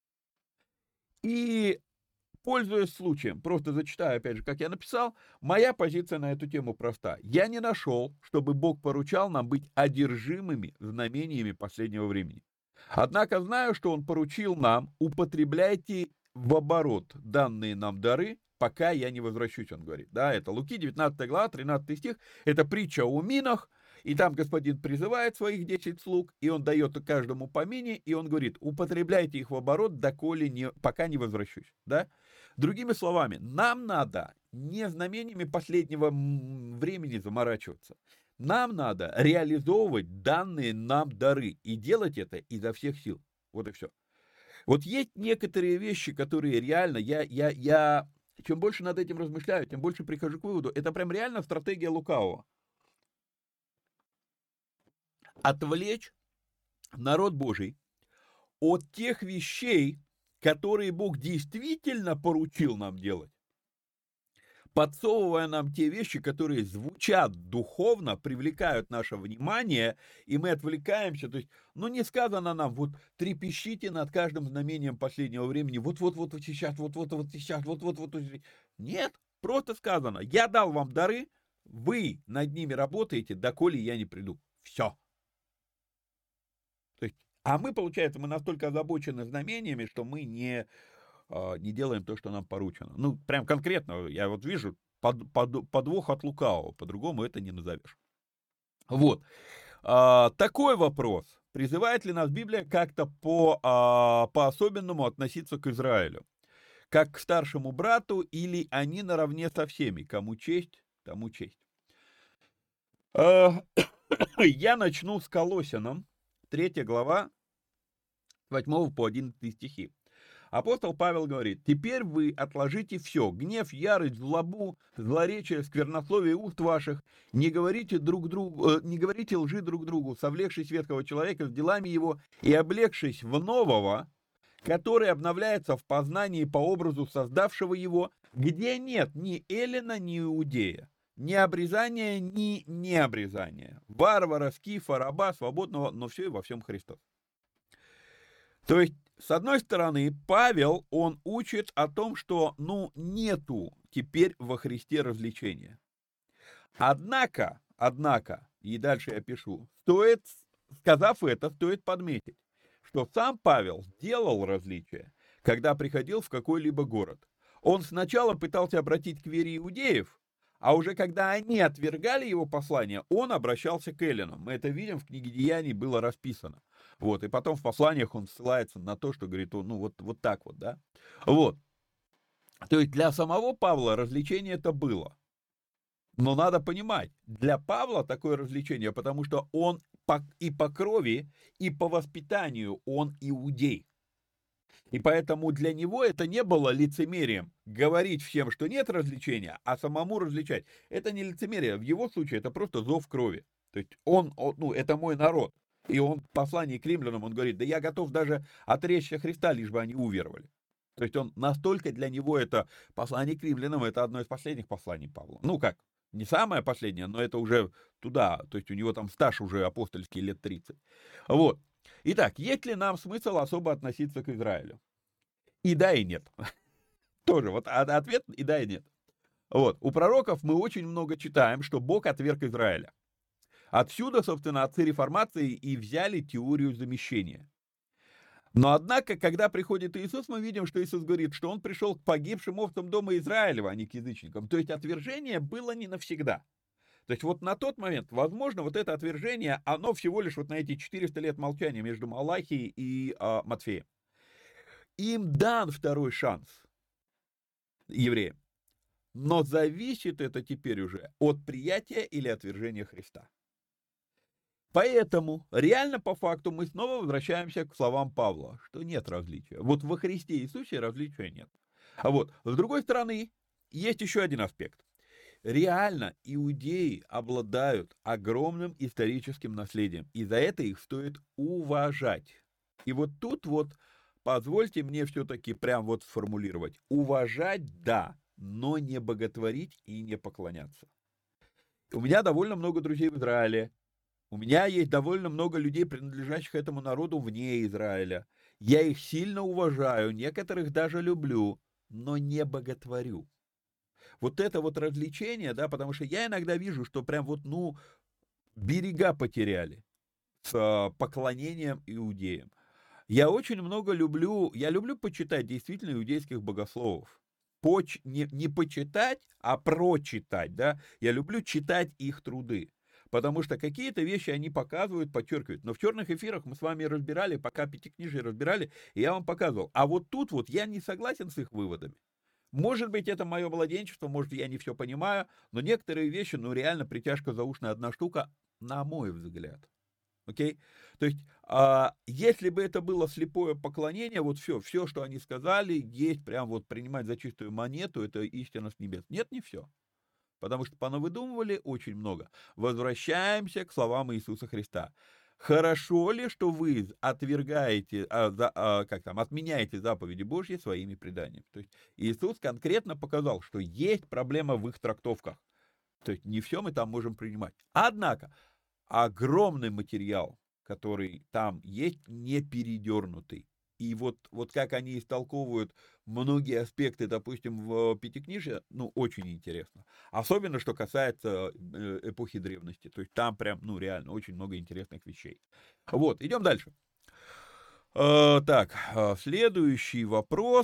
И, пользуясь случаем, просто зачитаю, опять же, как я написал, моя позиция на эту тему проста. Я не нашел, чтобы Бог поручал нам быть одержимыми знамениями последнего времени. Однако знаю, что Он поручил нам, употребляйте в оборот данные нам дары, пока я не возвращусь, он говорит. Да, это Луки, девятнадцатая глава, тринадцатый стих, это притча о минах, и там господин призывает своих десять слуг, и он дает каждому по мине, и он говорит, употребляйте их в оборот, доколе не, пока не возвращусь. Да? Другими словами, нам надо не знамениями последнего времени заморачиваться. Нам надо реализовывать данные нам дары и делать это изо всех сил. Вот и все. Вот есть некоторые вещи, которые реально, я, я, я, чем больше над этим размышляю, тем больше прихожу к выводу, это прям реально стратегия лукавого. Отвлечь народ Божий от тех вещей, которые Бог действительно поручил нам делать, подсовывая нам те вещи, которые звучат духовно, привлекают наше внимание, и мы отвлекаемся. То есть, ну, не сказано нам, вот, трепещите над каждым знамением последнего времени, вот-вот-вот сейчас, вот-вот-вот сейчас, вот-вот-вот. Нет, просто сказано, я дал вам дары, вы над ними работаете, доколе я не приду. Все. То есть, а мы, получается, мы настолько озабочены знамениями, что мы не... не делаем то, что нам поручено. Ну, прям конкретно, я вот вижу под, под, подвох от лукавого, по-другому это не назовешь. Вот. А, такой вопрос. Призывает ли нас Библия как-то по, а, по-особенному относиться к Израилю? Как к старшему брату, или они наравне со всеми? Кому честь, тому честь. А, я начну с Колоссянам, третья глава, с восьмого по одиннадцатый стихи. Апостол Павел говорит, теперь вы отложите все, гнев, ярость, злобу, злоречие, сквернословие уст ваших, не говорите друг другу, э, не говорите лжи друг другу, совлекшись ветхого человека с делами его и облегшись в нового, который обновляется в познании по образу создавшего его, где нет ни эллина, ни иудея, ни обрезания, ни необрезания, варвара, скифа, раба, свободного, но все и во всем Христос. То есть, с одной стороны, Павел, он учит о том, что, ну, нету теперь во Христе развлечения. Однако, однако, и дальше я пишу, стоит, сказав это, стоит подметить, что сам Павел делал различия, когда приходил в какой-либо город. Он сначала пытался обратить к вере иудеев, а уже когда они отвергали его послание, он обращался к эллинам. Мы это видим, в книге Деяний было расписано. Вот, и потом в посланиях он ссылается на то, что говорит, ну вот, вот так вот, да. Вот. То есть для самого Павла развлечение это было. Но надо понимать, для Павла такое развлечение, потому что он и по крови, и по воспитанию он иудей. И поэтому для него это не было лицемерием говорить всем, что нет развлечения, а самому развлечать. Это не лицемерие. В его случае это просто зов крови. То есть он, он ну, это мой народ. И он в послании к римлянам, он говорит, да я готов даже отречься Христа, лишь бы они уверовали. То есть он настолько для него это послание к римлянам, это одно из последних посланий Павла. Ну как, не самое последнее, но это уже туда. То есть у него там стаж уже апостольский лет тридцать. Вот. Итак, есть ли нам смысл особо относиться к Израилю? И да, и нет. Тоже вот ответ и да, и нет. Вот. У пророков мы очень много читаем, что Бог отверг Израиля. Отсюда, собственно, отцы реформации и взяли теорию замещения. Но, однако, когда приходит Иисус, мы видим, что Иисус говорит, что Он пришел к погибшим овцам дома Израилева, а не к язычникам. То есть отвержение было не навсегда. То есть вот на тот момент, возможно, вот это отвержение, оно всего лишь вот на эти четыреста лет молчания между Малахией и э, Матфеем. им дан второй шанс, евреям. Но зависит это теперь уже от приятия или отвержения Христа. Поэтому, реально по факту, мы снова возвращаемся к словам Павла, что нет различия. Вот во Христе Иисусе различия нет. А вот, с другой стороны, есть еще один аспект. Реально иудеи обладают огромным историческим наследием, и за это их стоит уважать. И вот тут вот позвольте мне все-таки прям вот сформулировать. Уважать, да, но не боготворить и не поклоняться. У меня довольно много друзей в Израиле. У меня есть довольно много людей, принадлежащих этому народу вне Израиля. Я их сильно уважаю, некоторых даже люблю, но не боготворю. Вот это вот развлечение, да, потому что я иногда вижу, что прям вот, ну, берега потеряли с поклонением иудеям. Я очень много люблю, я люблю почитать действительно иудейских богословов. Поч, не, не почитать, а прочитать, да. Я люблю читать их труды. Потому что какие-то вещи они показывают, подчеркивают. Но в черных эфирах мы с вами разбирали, пока пятикнижие разбирали, и я вам показывал. А вот тут вот я не согласен с их выводами. Может быть, это мое младенчество, может, я не все понимаю, но некоторые вещи, ну, реально притяжка заушная одна штука, на мой взгляд. Окей? То есть, а, если бы это было слепое поклонение, вот все, все, что они сказали, есть прям вот принимать за чистую монету, это истина с небес. Нет, не все. Потому что понавыдумывали очень много. Возвращаемся к словам Иисуса Христа. Хорошо ли, что вы отвергаете, а, за, а, как там, отменяете заповеди Божьи своими преданиями? То есть Иисус конкретно показал, что есть проблема в их трактовках. То есть не все мы там можем принимать. Однако огромный материал, который там есть, не передернутый. И вот, вот как они истолковывают многие аспекты, допустим, в Пятикнижье, ну, очень интересно. Особенно, что касается эпохи древности. То есть там прям, ну, реально, очень много интересных вещей. Вот, идем дальше. Так, следующий вопрос.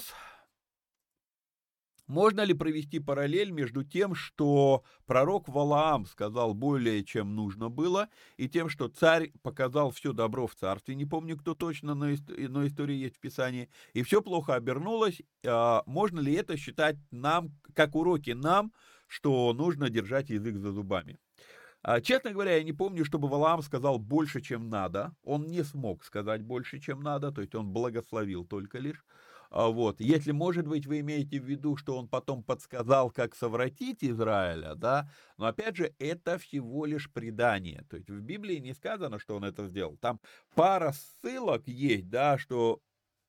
Можно ли провести параллель между тем, что пророк Валаам сказал более, чем нужно было, и тем, что царь показал все добро в царстве, не помню, кто точно, но история есть в Писании, и все плохо обернулось? Можно ли это считать нам, как уроки нам, что нужно держать язык за зубами? Честно говоря, я не помню, чтобы Валаам сказал больше, чем надо. Он не смог сказать больше, чем надо, то есть он благословил только лишь. Вот. Если, может быть, вы имеете в виду, что он потом подсказал, как совратить Израиля, да, но, опять же, это всего лишь предание. То есть в Библии не сказано, что он это сделал. Там пара ссылок есть, да, что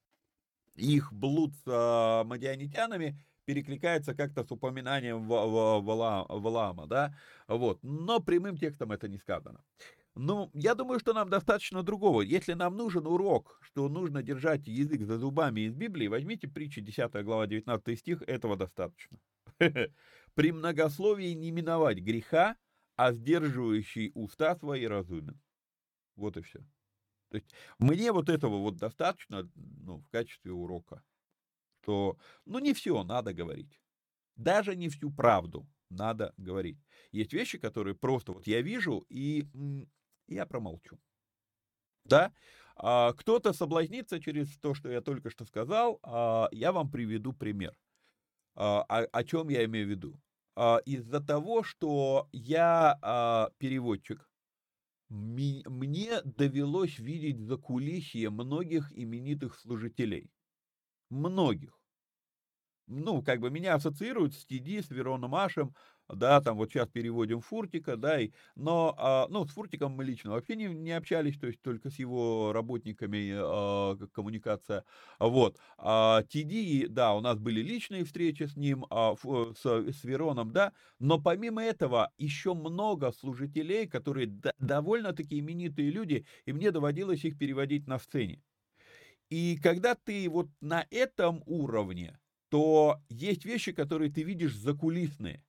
их блуд с мадианитянами перекликается как-то с упоминанием Валаама, да, вот. Но прямым текстом это не сказано. Ну, я думаю, что нам достаточно другого. Если нам нужен урок, что нужно держать язык за зубами из Библии, возьмите притчи десятая глава, девятнадцатый стих, этого достаточно. При многословии не миновать греха, а сдерживающий уста свои разумен. Вот и все. То есть мне вот этого вот достаточно, ну, в качестве урока, что, ну, не все надо говорить. Даже не всю правду надо говорить. Есть вещи, которые просто вот я вижу, и я промолчу. Да? А, кто-то соблазнится через то, что я только что сказал. А, я вам приведу пример. А, о, о чем я имею в виду? А, из-за того, что я а, переводчик, ми, мне довелось видеть закулисье многих именитых служителей. Многих. Ну, как бы меня ассоциируют с Ти Ди, с Вероном Ашем, да, там вот сейчас переводим Фуртика, да, и, но, а, ну, с Фуртиком мы лично вообще не, не общались, то есть только с его работниками а, коммуникация, вот, а, Ти Ди, да, у нас были личные встречи с ним, а, с, с Вероном, да, но помимо этого еще много служителей, которые д- довольно-таки именитые люди, и мне доводилось их переводить на сцене. И когда ты вот на этом уровне, то есть вещи, которые ты видишь закулисные.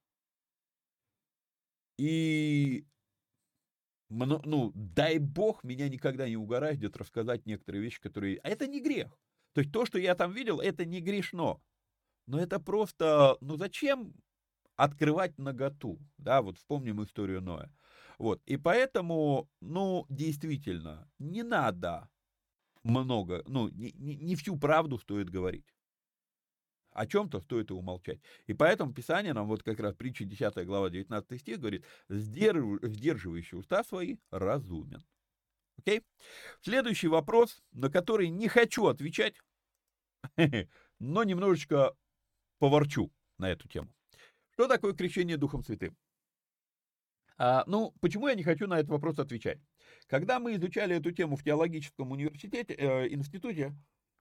И, ну, дай бог, меня никогда не угораздит рассказать некоторые вещи, которые... А это не грех. То есть то, что я там видел, это не грешно. Но это просто... Ну, зачем открывать наготу? Да, вот вспомним историю Ноя. Вот, и поэтому, ну, действительно, не надо много, ну, не, не, не всю правду стоит говорить. О чем-то стоит и умолчать. И поэтому Писание нам вот как раз притча десятая глава девятнадцатый стих говорит: «Сдерж- сдерживающий уста свои разумен». Окей? Следующий вопрос, на который не хочу отвечать, но немножечко поворчу на эту тему. Что такое крещение Духом Святым? А, ну, почему я не хочу на этот вопрос отвечать? Когда мы изучали эту тему в теологическом университете, э, институте,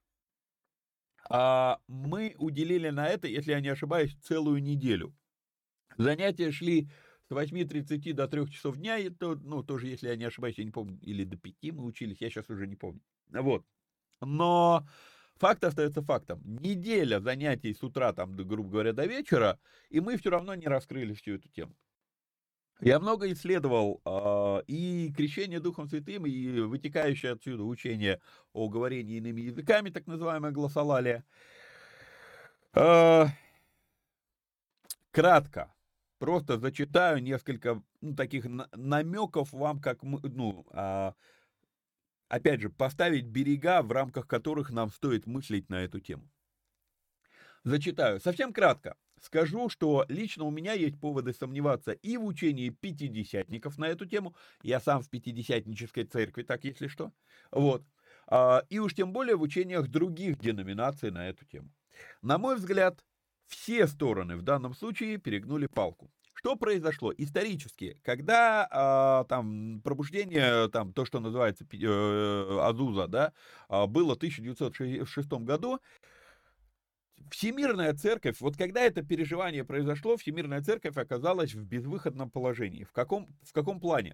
а, мы уделили на это, если я не ошибаюсь, целую неделю. Занятия шли с восьми тридцати до трёх часов дня, и то, ну, тоже, если я не ошибаюсь, я не помню, или до пяти мы учились, я сейчас уже не помню. Вот. Но факт остается фактом. Неделя занятий с утра, там, до, грубо говоря, до вечера, и мы все равно не раскрыли всю эту тему. Я много исследовал э, и крещение Духом Святым, и вытекающее отсюда учение о говорении иными языками, так называемая глоссолалия. Э, кратко, просто зачитаю несколько ну, таких намеков вам, как мы, ну, э, опять же, поставить берега, в рамках которых нам стоит мыслить на эту тему. Зачитаю. Совсем кратко. Скажу, что лично у меня есть поводы сомневаться и в учении пятидесятников на эту тему. Я сам в пятидесятнической церкви, так если что. Вот. И уж тем более в учениях других деноминаций на эту тему. На мой взгляд, все стороны в данном случае перегнули палку. Что произошло исторически, когда а, там пробуждение, там то, что называется э, Азуза, да, было в тысяча девятьсот шестом году, Всемирная Церковь, вот когда это переживание произошло, Всемирная Церковь оказалась в безвыходном положении. В каком, в каком плане?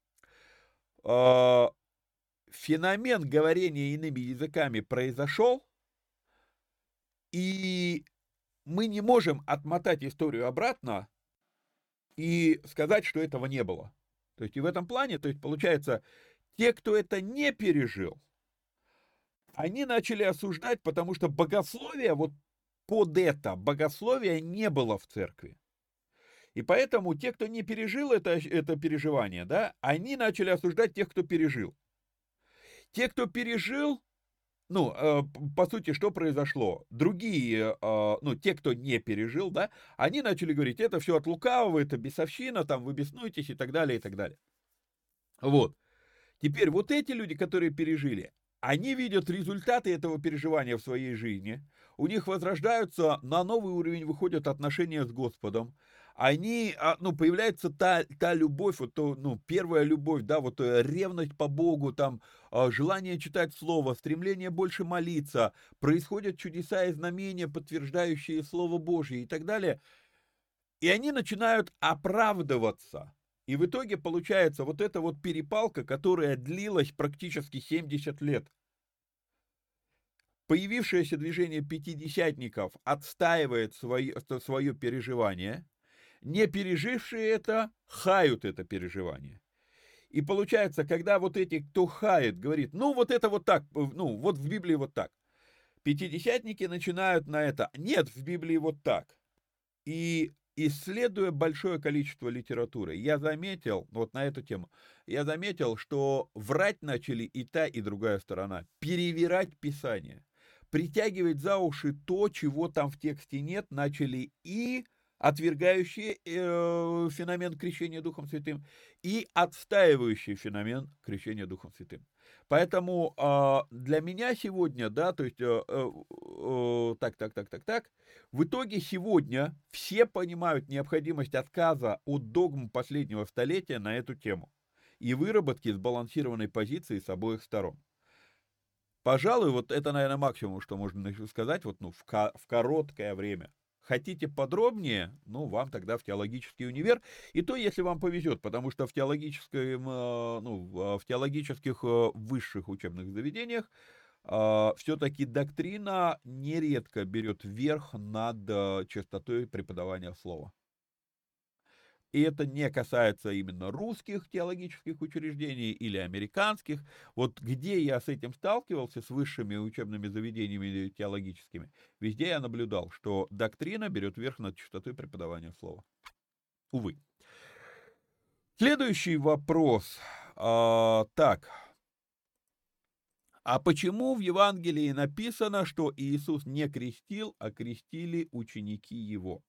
Э, феномен говорения иными языками произошел, и мы не можем отмотать историю обратно и сказать, что этого не было. То есть и в этом плане, то есть получается, те, кто это не пережил, они начали осуждать, потому что богословие, вот под это богословия не было в церкви. И поэтому те, кто не пережил это, это переживание, да, они начали осуждать тех, кто пережил. Те, кто пережил, ну, э, по сути, что произошло? Другие, э, ну, те, кто не пережил, да, они начали говорить, это все от лукавого, это бесовщина, там, вы беснуетесь и так далее, и так далее. Вот. Теперь вот эти люди, которые пережили, они видят результаты этого переживания в своей жизни, у них возрождаются, на новый уровень выходят отношения с Господом, они, ну, появляется та, та любовь, вот то, ну, первая любовь, да, вот ревность по Богу, там, желание читать Слово, стремление больше молиться, происходят чудеса и знамения, подтверждающие Слово Божье и так далее, и они начинают оправдываться. И в итоге получается вот эта вот перепалка, которая длилась практически семьдесят лет. Появившееся движение пятидесятников отстаивает свое, свое переживание, не пережившие это хают это переживание. И получается, когда вот эти, кто хает, говорит, ну вот это вот так, ну вот в Библии вот так, пятидесятники начинают на это, нет, в Библии вот так. И исследуя большое количество литературы, я заметил, вот на эту тему, я заметил, что врать начали и та, и другая сторона, перевирать Писание, притягивать за уши то, чего там в тексте нет, начали и отвергающие э, феномен крещения Духом Святым, и отстаивающие феномен крещения Духом Святым. Поэтому э, для меня сегодня, да, то есть, э, э, э, так, так, так, так, так, в итоге сегодня все понимают необходимость отказа от догм последнего столетия на эту тему и выработки сбалансированной позиции с обоих сторон. Пожалуй, вот это, наверное, максимум, что можно сказать вот, ну, в, ко- в короткое время. Хотите подробнее, ну, вам тогда в теологический универ. И то, если вам повезет, потому что в, теологическом, ну, в теологических высших учебных заведениях все-таки доктрина нередко берет верх над частотой преподавания слова. И это не касается именно русских теологических учреждений или американских. Вот где я с этим сталкивался, с высшими учебными заведениями теологическими, везде я наблюдал, что доктрина берет верх над частотой преподавания слова. Увы. Следующий вопрос. А, так. А почему в Евангелии написано, что Иисус не крестил, а крестили ученики его?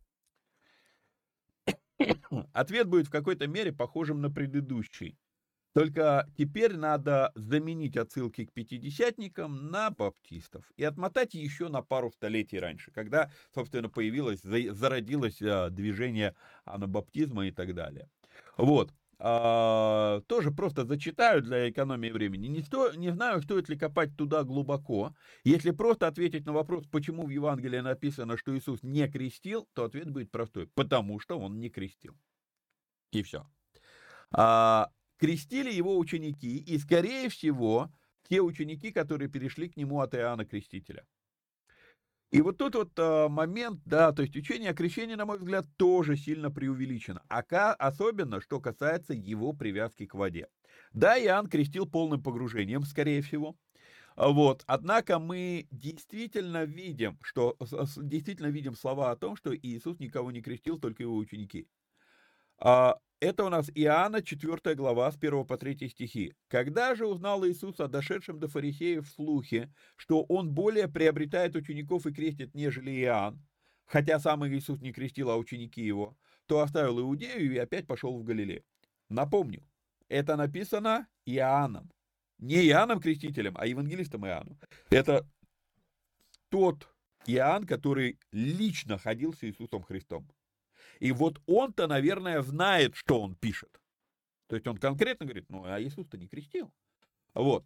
Ответ будет в какой-то мере похожим на предыдущий. Только теперь надо заменить отсылки к пятидесятникам на баптистов и отмотать еще на пару столетий раньше, когда, собственно, появилось, зародилось движение анабаптизма и так далее. Вот. А, тоже просто зачитаю для экономии времени. Не, сто, не знаю, стоит ли копать туда глубоко. Если просто ответить на вопрос, почему в Евангелии написано, что Иисус не крестил, то ответ будет простой. Потому что он не крестил. И все. А, крестили его ученики, и, скорее всего, те ученики, которые перешли к нему от Иоанна Крестителя. И вот тут вот а, момент, да, то есть учение о крещении, на мой взгляд, тоже сильно преувеличено, а особенно, что касается его привязки к воде. Да, Иоанн крестил полным погружением, скорее всего, вот, однако мы действительно видим, что, действительно видим слова о том, что Иисус никого не крестил, только его ученики. Это у нас Иоанна, четвёртая глава, с первого по третий стихи. «Когда же узнал Иисус о дошедшем до фарисеев слухе, что он более приобретает учеников и крестит, нежели Иоанн, хотя сам Иисус не крестил, а ученики его, то оставил Иудею и опять пошел в Галилею». Напомню, это написано Иоанном. Не Иоанном Крестителем, а евангелистом Иоанном. Это тот Иоанн, который лично ходил с Иисусом Христом. И вот он-то, наверное, знает, что он пишет. То есть он конкретно говорит, ну, а Иисус-то не крестил. Вот.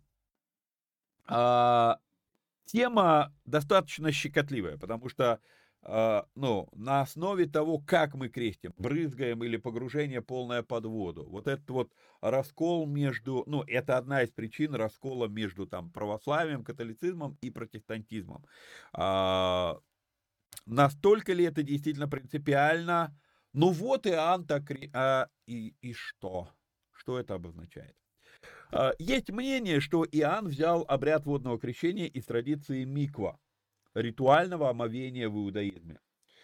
А, тема достаточно щекотливая, потому что, а, ну, на основе того, как мы крестим, брызгаем или погружение полное под воду, вот этот вот раскол между, ну, это одна из причин раскола между там православием, католицизмом и протестантизмом. А, настолько ли это действительно принципиально? Ну вот Иоанн так, а, и, и что? Что это обозначает? А, есть мнение, что Иоанн взял обряд водного крещения из традиции миква, ритуального омовения в иудаизме.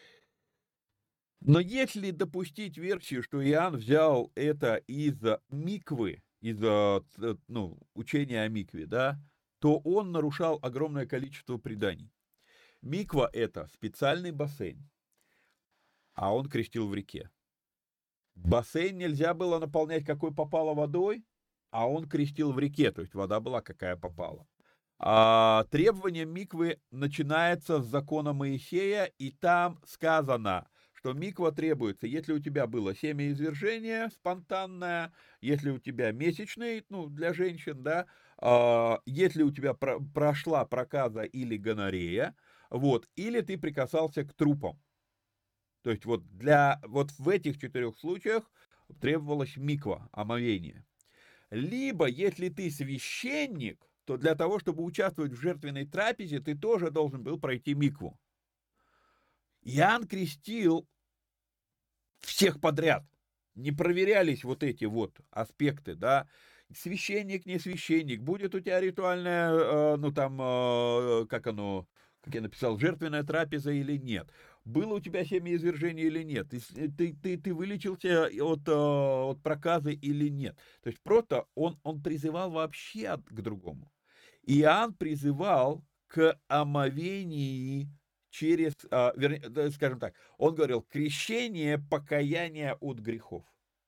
Но если допустить версию, что Иоанн взял это из миквы, из ну, учения о микве, да, то он нарушал огромное количество преданий. Миква – это специальный бассейн, а он крестил в реке. Бассейн нельзя было наполнять какой попало водой, а он крестил в реке, то есть вода была какая попала. А требование миквы начинается с закона Моисея, и там сказано, что миква требуется, если у тебя было семяизвержение спонтанное, если у тебя месячный, ну, для женщин, да, а, если у тебя про- прошла проказа или гонорея, вот, или ты прикасался к трупам. То есть вот, для, вот в этих четырех случаях требовалось миква, омовение. Либо, если ты священник, то для того, чтобы участвовать в жертвенной трапезе, ты тоже должен был пройти микву. Иоанн крестил всех подряд. Не проверялись вот эти вот аспекты, да. Священник, не священник, будет у тебя ритуальная, ну там, как оно, как я написал, жертвенная трапеза или нет. Было у тебя семяизвержение или нет, ты, ты, ты, ты вылечился от, от проказы или нет. То есть просто он, он призывал вообще к другому. Иоанн призывал к омовении через, вернее, скажем так, он говорил, крещение покаяния от грехов.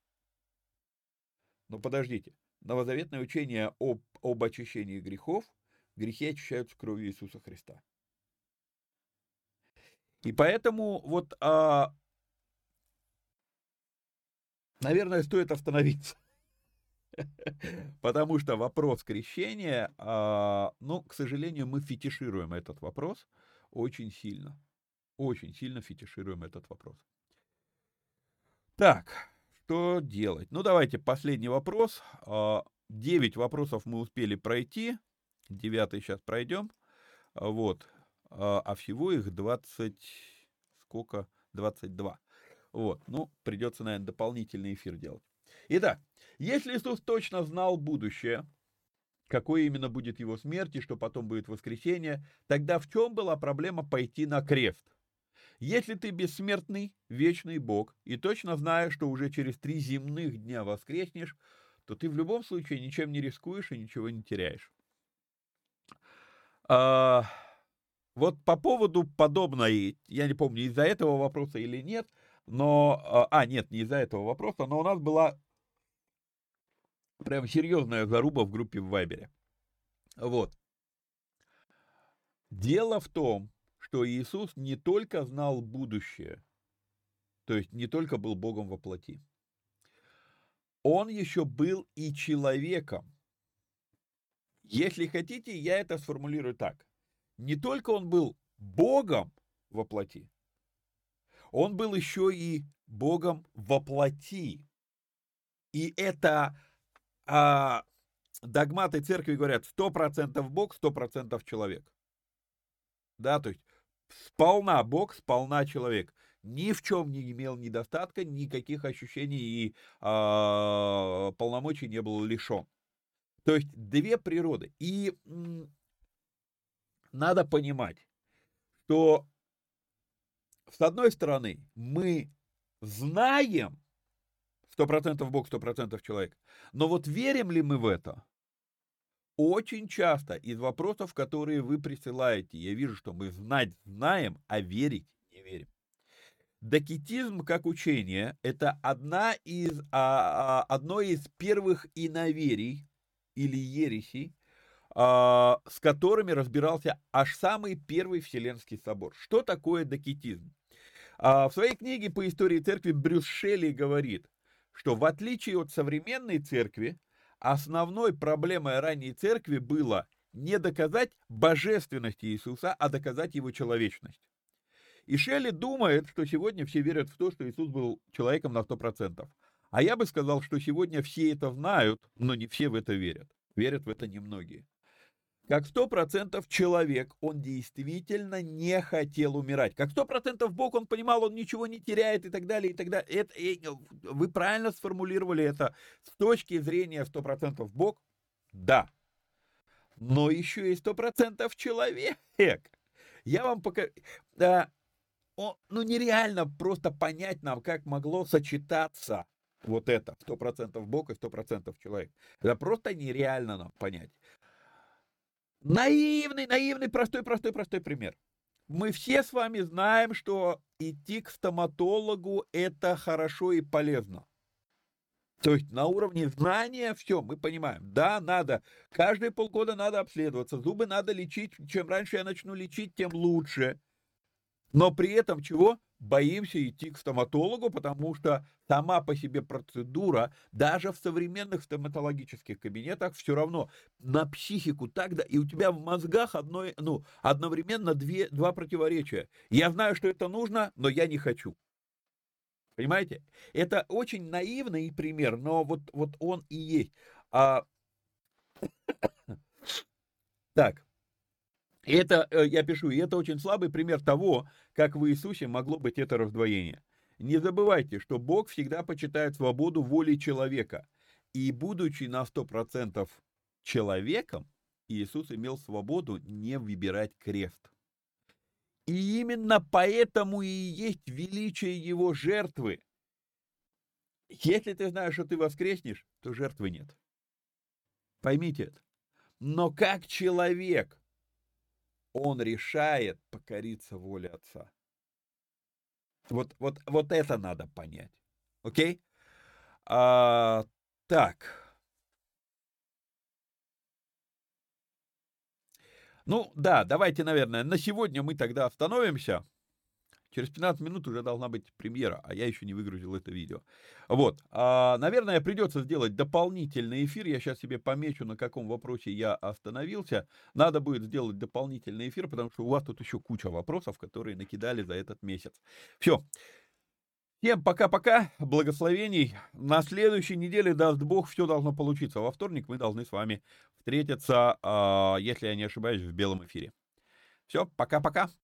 Но подождите, новозаветное учение об, об очищении грехов, грехи очищаются кровью Иисуса Христа. И поэтому вот, а, наверное, стоит остановиться. Потому что вопрос крещения, а, ну, к сожалению, мы фетишируем этот вопрос очень сильно. Очень сильно фетишируем этот вопрос. Так, что делать? Ну, давайте последний вопрос. Девять вопросов мы успели пройти. Девятый сейчас пройдем. Вот. А всего их двадцать, сколько? двадцать два. Вот, ну, придется, наверное, дополнительный эфир делать. Итак, если Иисус точно знал будущее, какой именно будет его смерть и что потом будет воскресение, тогда в чем была проблема пойти на крест? Если ты бессмертный, вечный Бог, и точно знаешь, что уже через три земных дня воскреснешь, то ты в любом случае ничем не рискуешь и ничего не теряешь. А, вот по поводу подобной, я не помню, из-за этого вопроса или нет, но, а, а, нет, не из-за этого вопроса, но у нас была прям серьезная заруба в группе в Вайбере. Вот. Дело в том, что Иисус не только знал будущее, то есть не только был Богом во плоти, он еще был и человеком. Если хотите, я это сформулирую так. Не только он был Богом во плоти, он был еще и Богом во плоти. И это а, догматы церкви говорят сто процентов Бог, сто процентов человек. Да, то есть сполна Бог, сполна человек. Ни в чем не имел недостатка, никаких ощущений и а, полномочий не был лишен. То есть две природы. И м, надо понимать, что с одной стороны мы знаем сто процентов Бог, сто процентов человек, но вот верим ли мы в это? Очень часто из вопросов, которые вы присылаете, я вижу, что мы знать знаем, а верить не верим. Докетизм как учение – это одна из, а, а, одно из первых иноверий или ересей, а, с которыми разбирался аж самый первый Вселенский собор. Что такое докетизм? А, в своей книге по истории церкви Брюс Шелли говорит, что в отличие от современной церкви, основной проблемой ранней церкви было не доказать божественность Иисуса, а доказать его человечность. И Шелли думает, что сегодня все верят в то, что Иисус был человеком на сто процентов. А я бы сказал, что сегодня все это знают, но не все в это верят. Верят в это немногие. Как сто процентов человек, он действительно не хотел умирать. Как сто процентов Бог, он понимал, он ничего не теряет и так далее, и так далее. Это, и, вы правильно сформулировали это. С точки зрения сто процентов Бог, да. Но еще и сто процентов человек. Я вам покажу. Да, он, ну нереально просто понять нам, как могло сочетаться вот это. сто процентов Бог и сто процентов человек. Это просто нереально нам понять. Наивный, наивный, простой, простой, простой пример. Мы все с вами знаем, что идти к стоматологу – это хорошо и полезно. То есть на уровне знания все, мы понимаем. Да, надо, каждые полгода надо обследоваться, зубы надо лечить. Чем раньше я начну лечить, тем лучше. Но при этом чего? Боимся идти к стоматологу, потому что сама по себе процедура, даже в современных стоматологических кабинетах, все равно на психику так, да, и у тебя в мозгах одно, ну, одновременно две, два противоречия. Я знаю, что это нужно, но я не хочу. Понимаете? Это очень наивный пример, но вот, вот он и есть. А... Так. Это, я пишу, и это очень слабый пример того, как в Иисусе могло быть это раздвоение. Не забывайте, что Бог всегда почитает свободу воли человека. И будучи на сто процентов человеком, Иисус имел свободу не выбирать крест. И именно поэтому и есть величие его жертвы. Если ты знаешь, что ты воскреснешь, то жертвы нет. Поймите это. Но как человек, он решает покориться воле Отца. Вот, вот, вот это надо понять. Окей? А, так. Ну, да, давайте, наверное, на сегодня мы тогда остановимся. Через пятнадцать минут уже должна быть премьера, а я еще не выгрузил это видео. Вот, а, наверное, придется сделать дополнительный эфир. Я сейчас себе помечу, на каком вопросе я остановился. Надо будет сделать дополнительный эфир, потому что у вас тут еще куча вопросов, которые накидали за этот месяц. Все. Всем пока-пока, благословений. На следующей неделе, даст Бог, все должно получиться. Во вторник мы должны с вами встретиться, если я не ошибаюсь, в белом эфире. Все, пока-пока.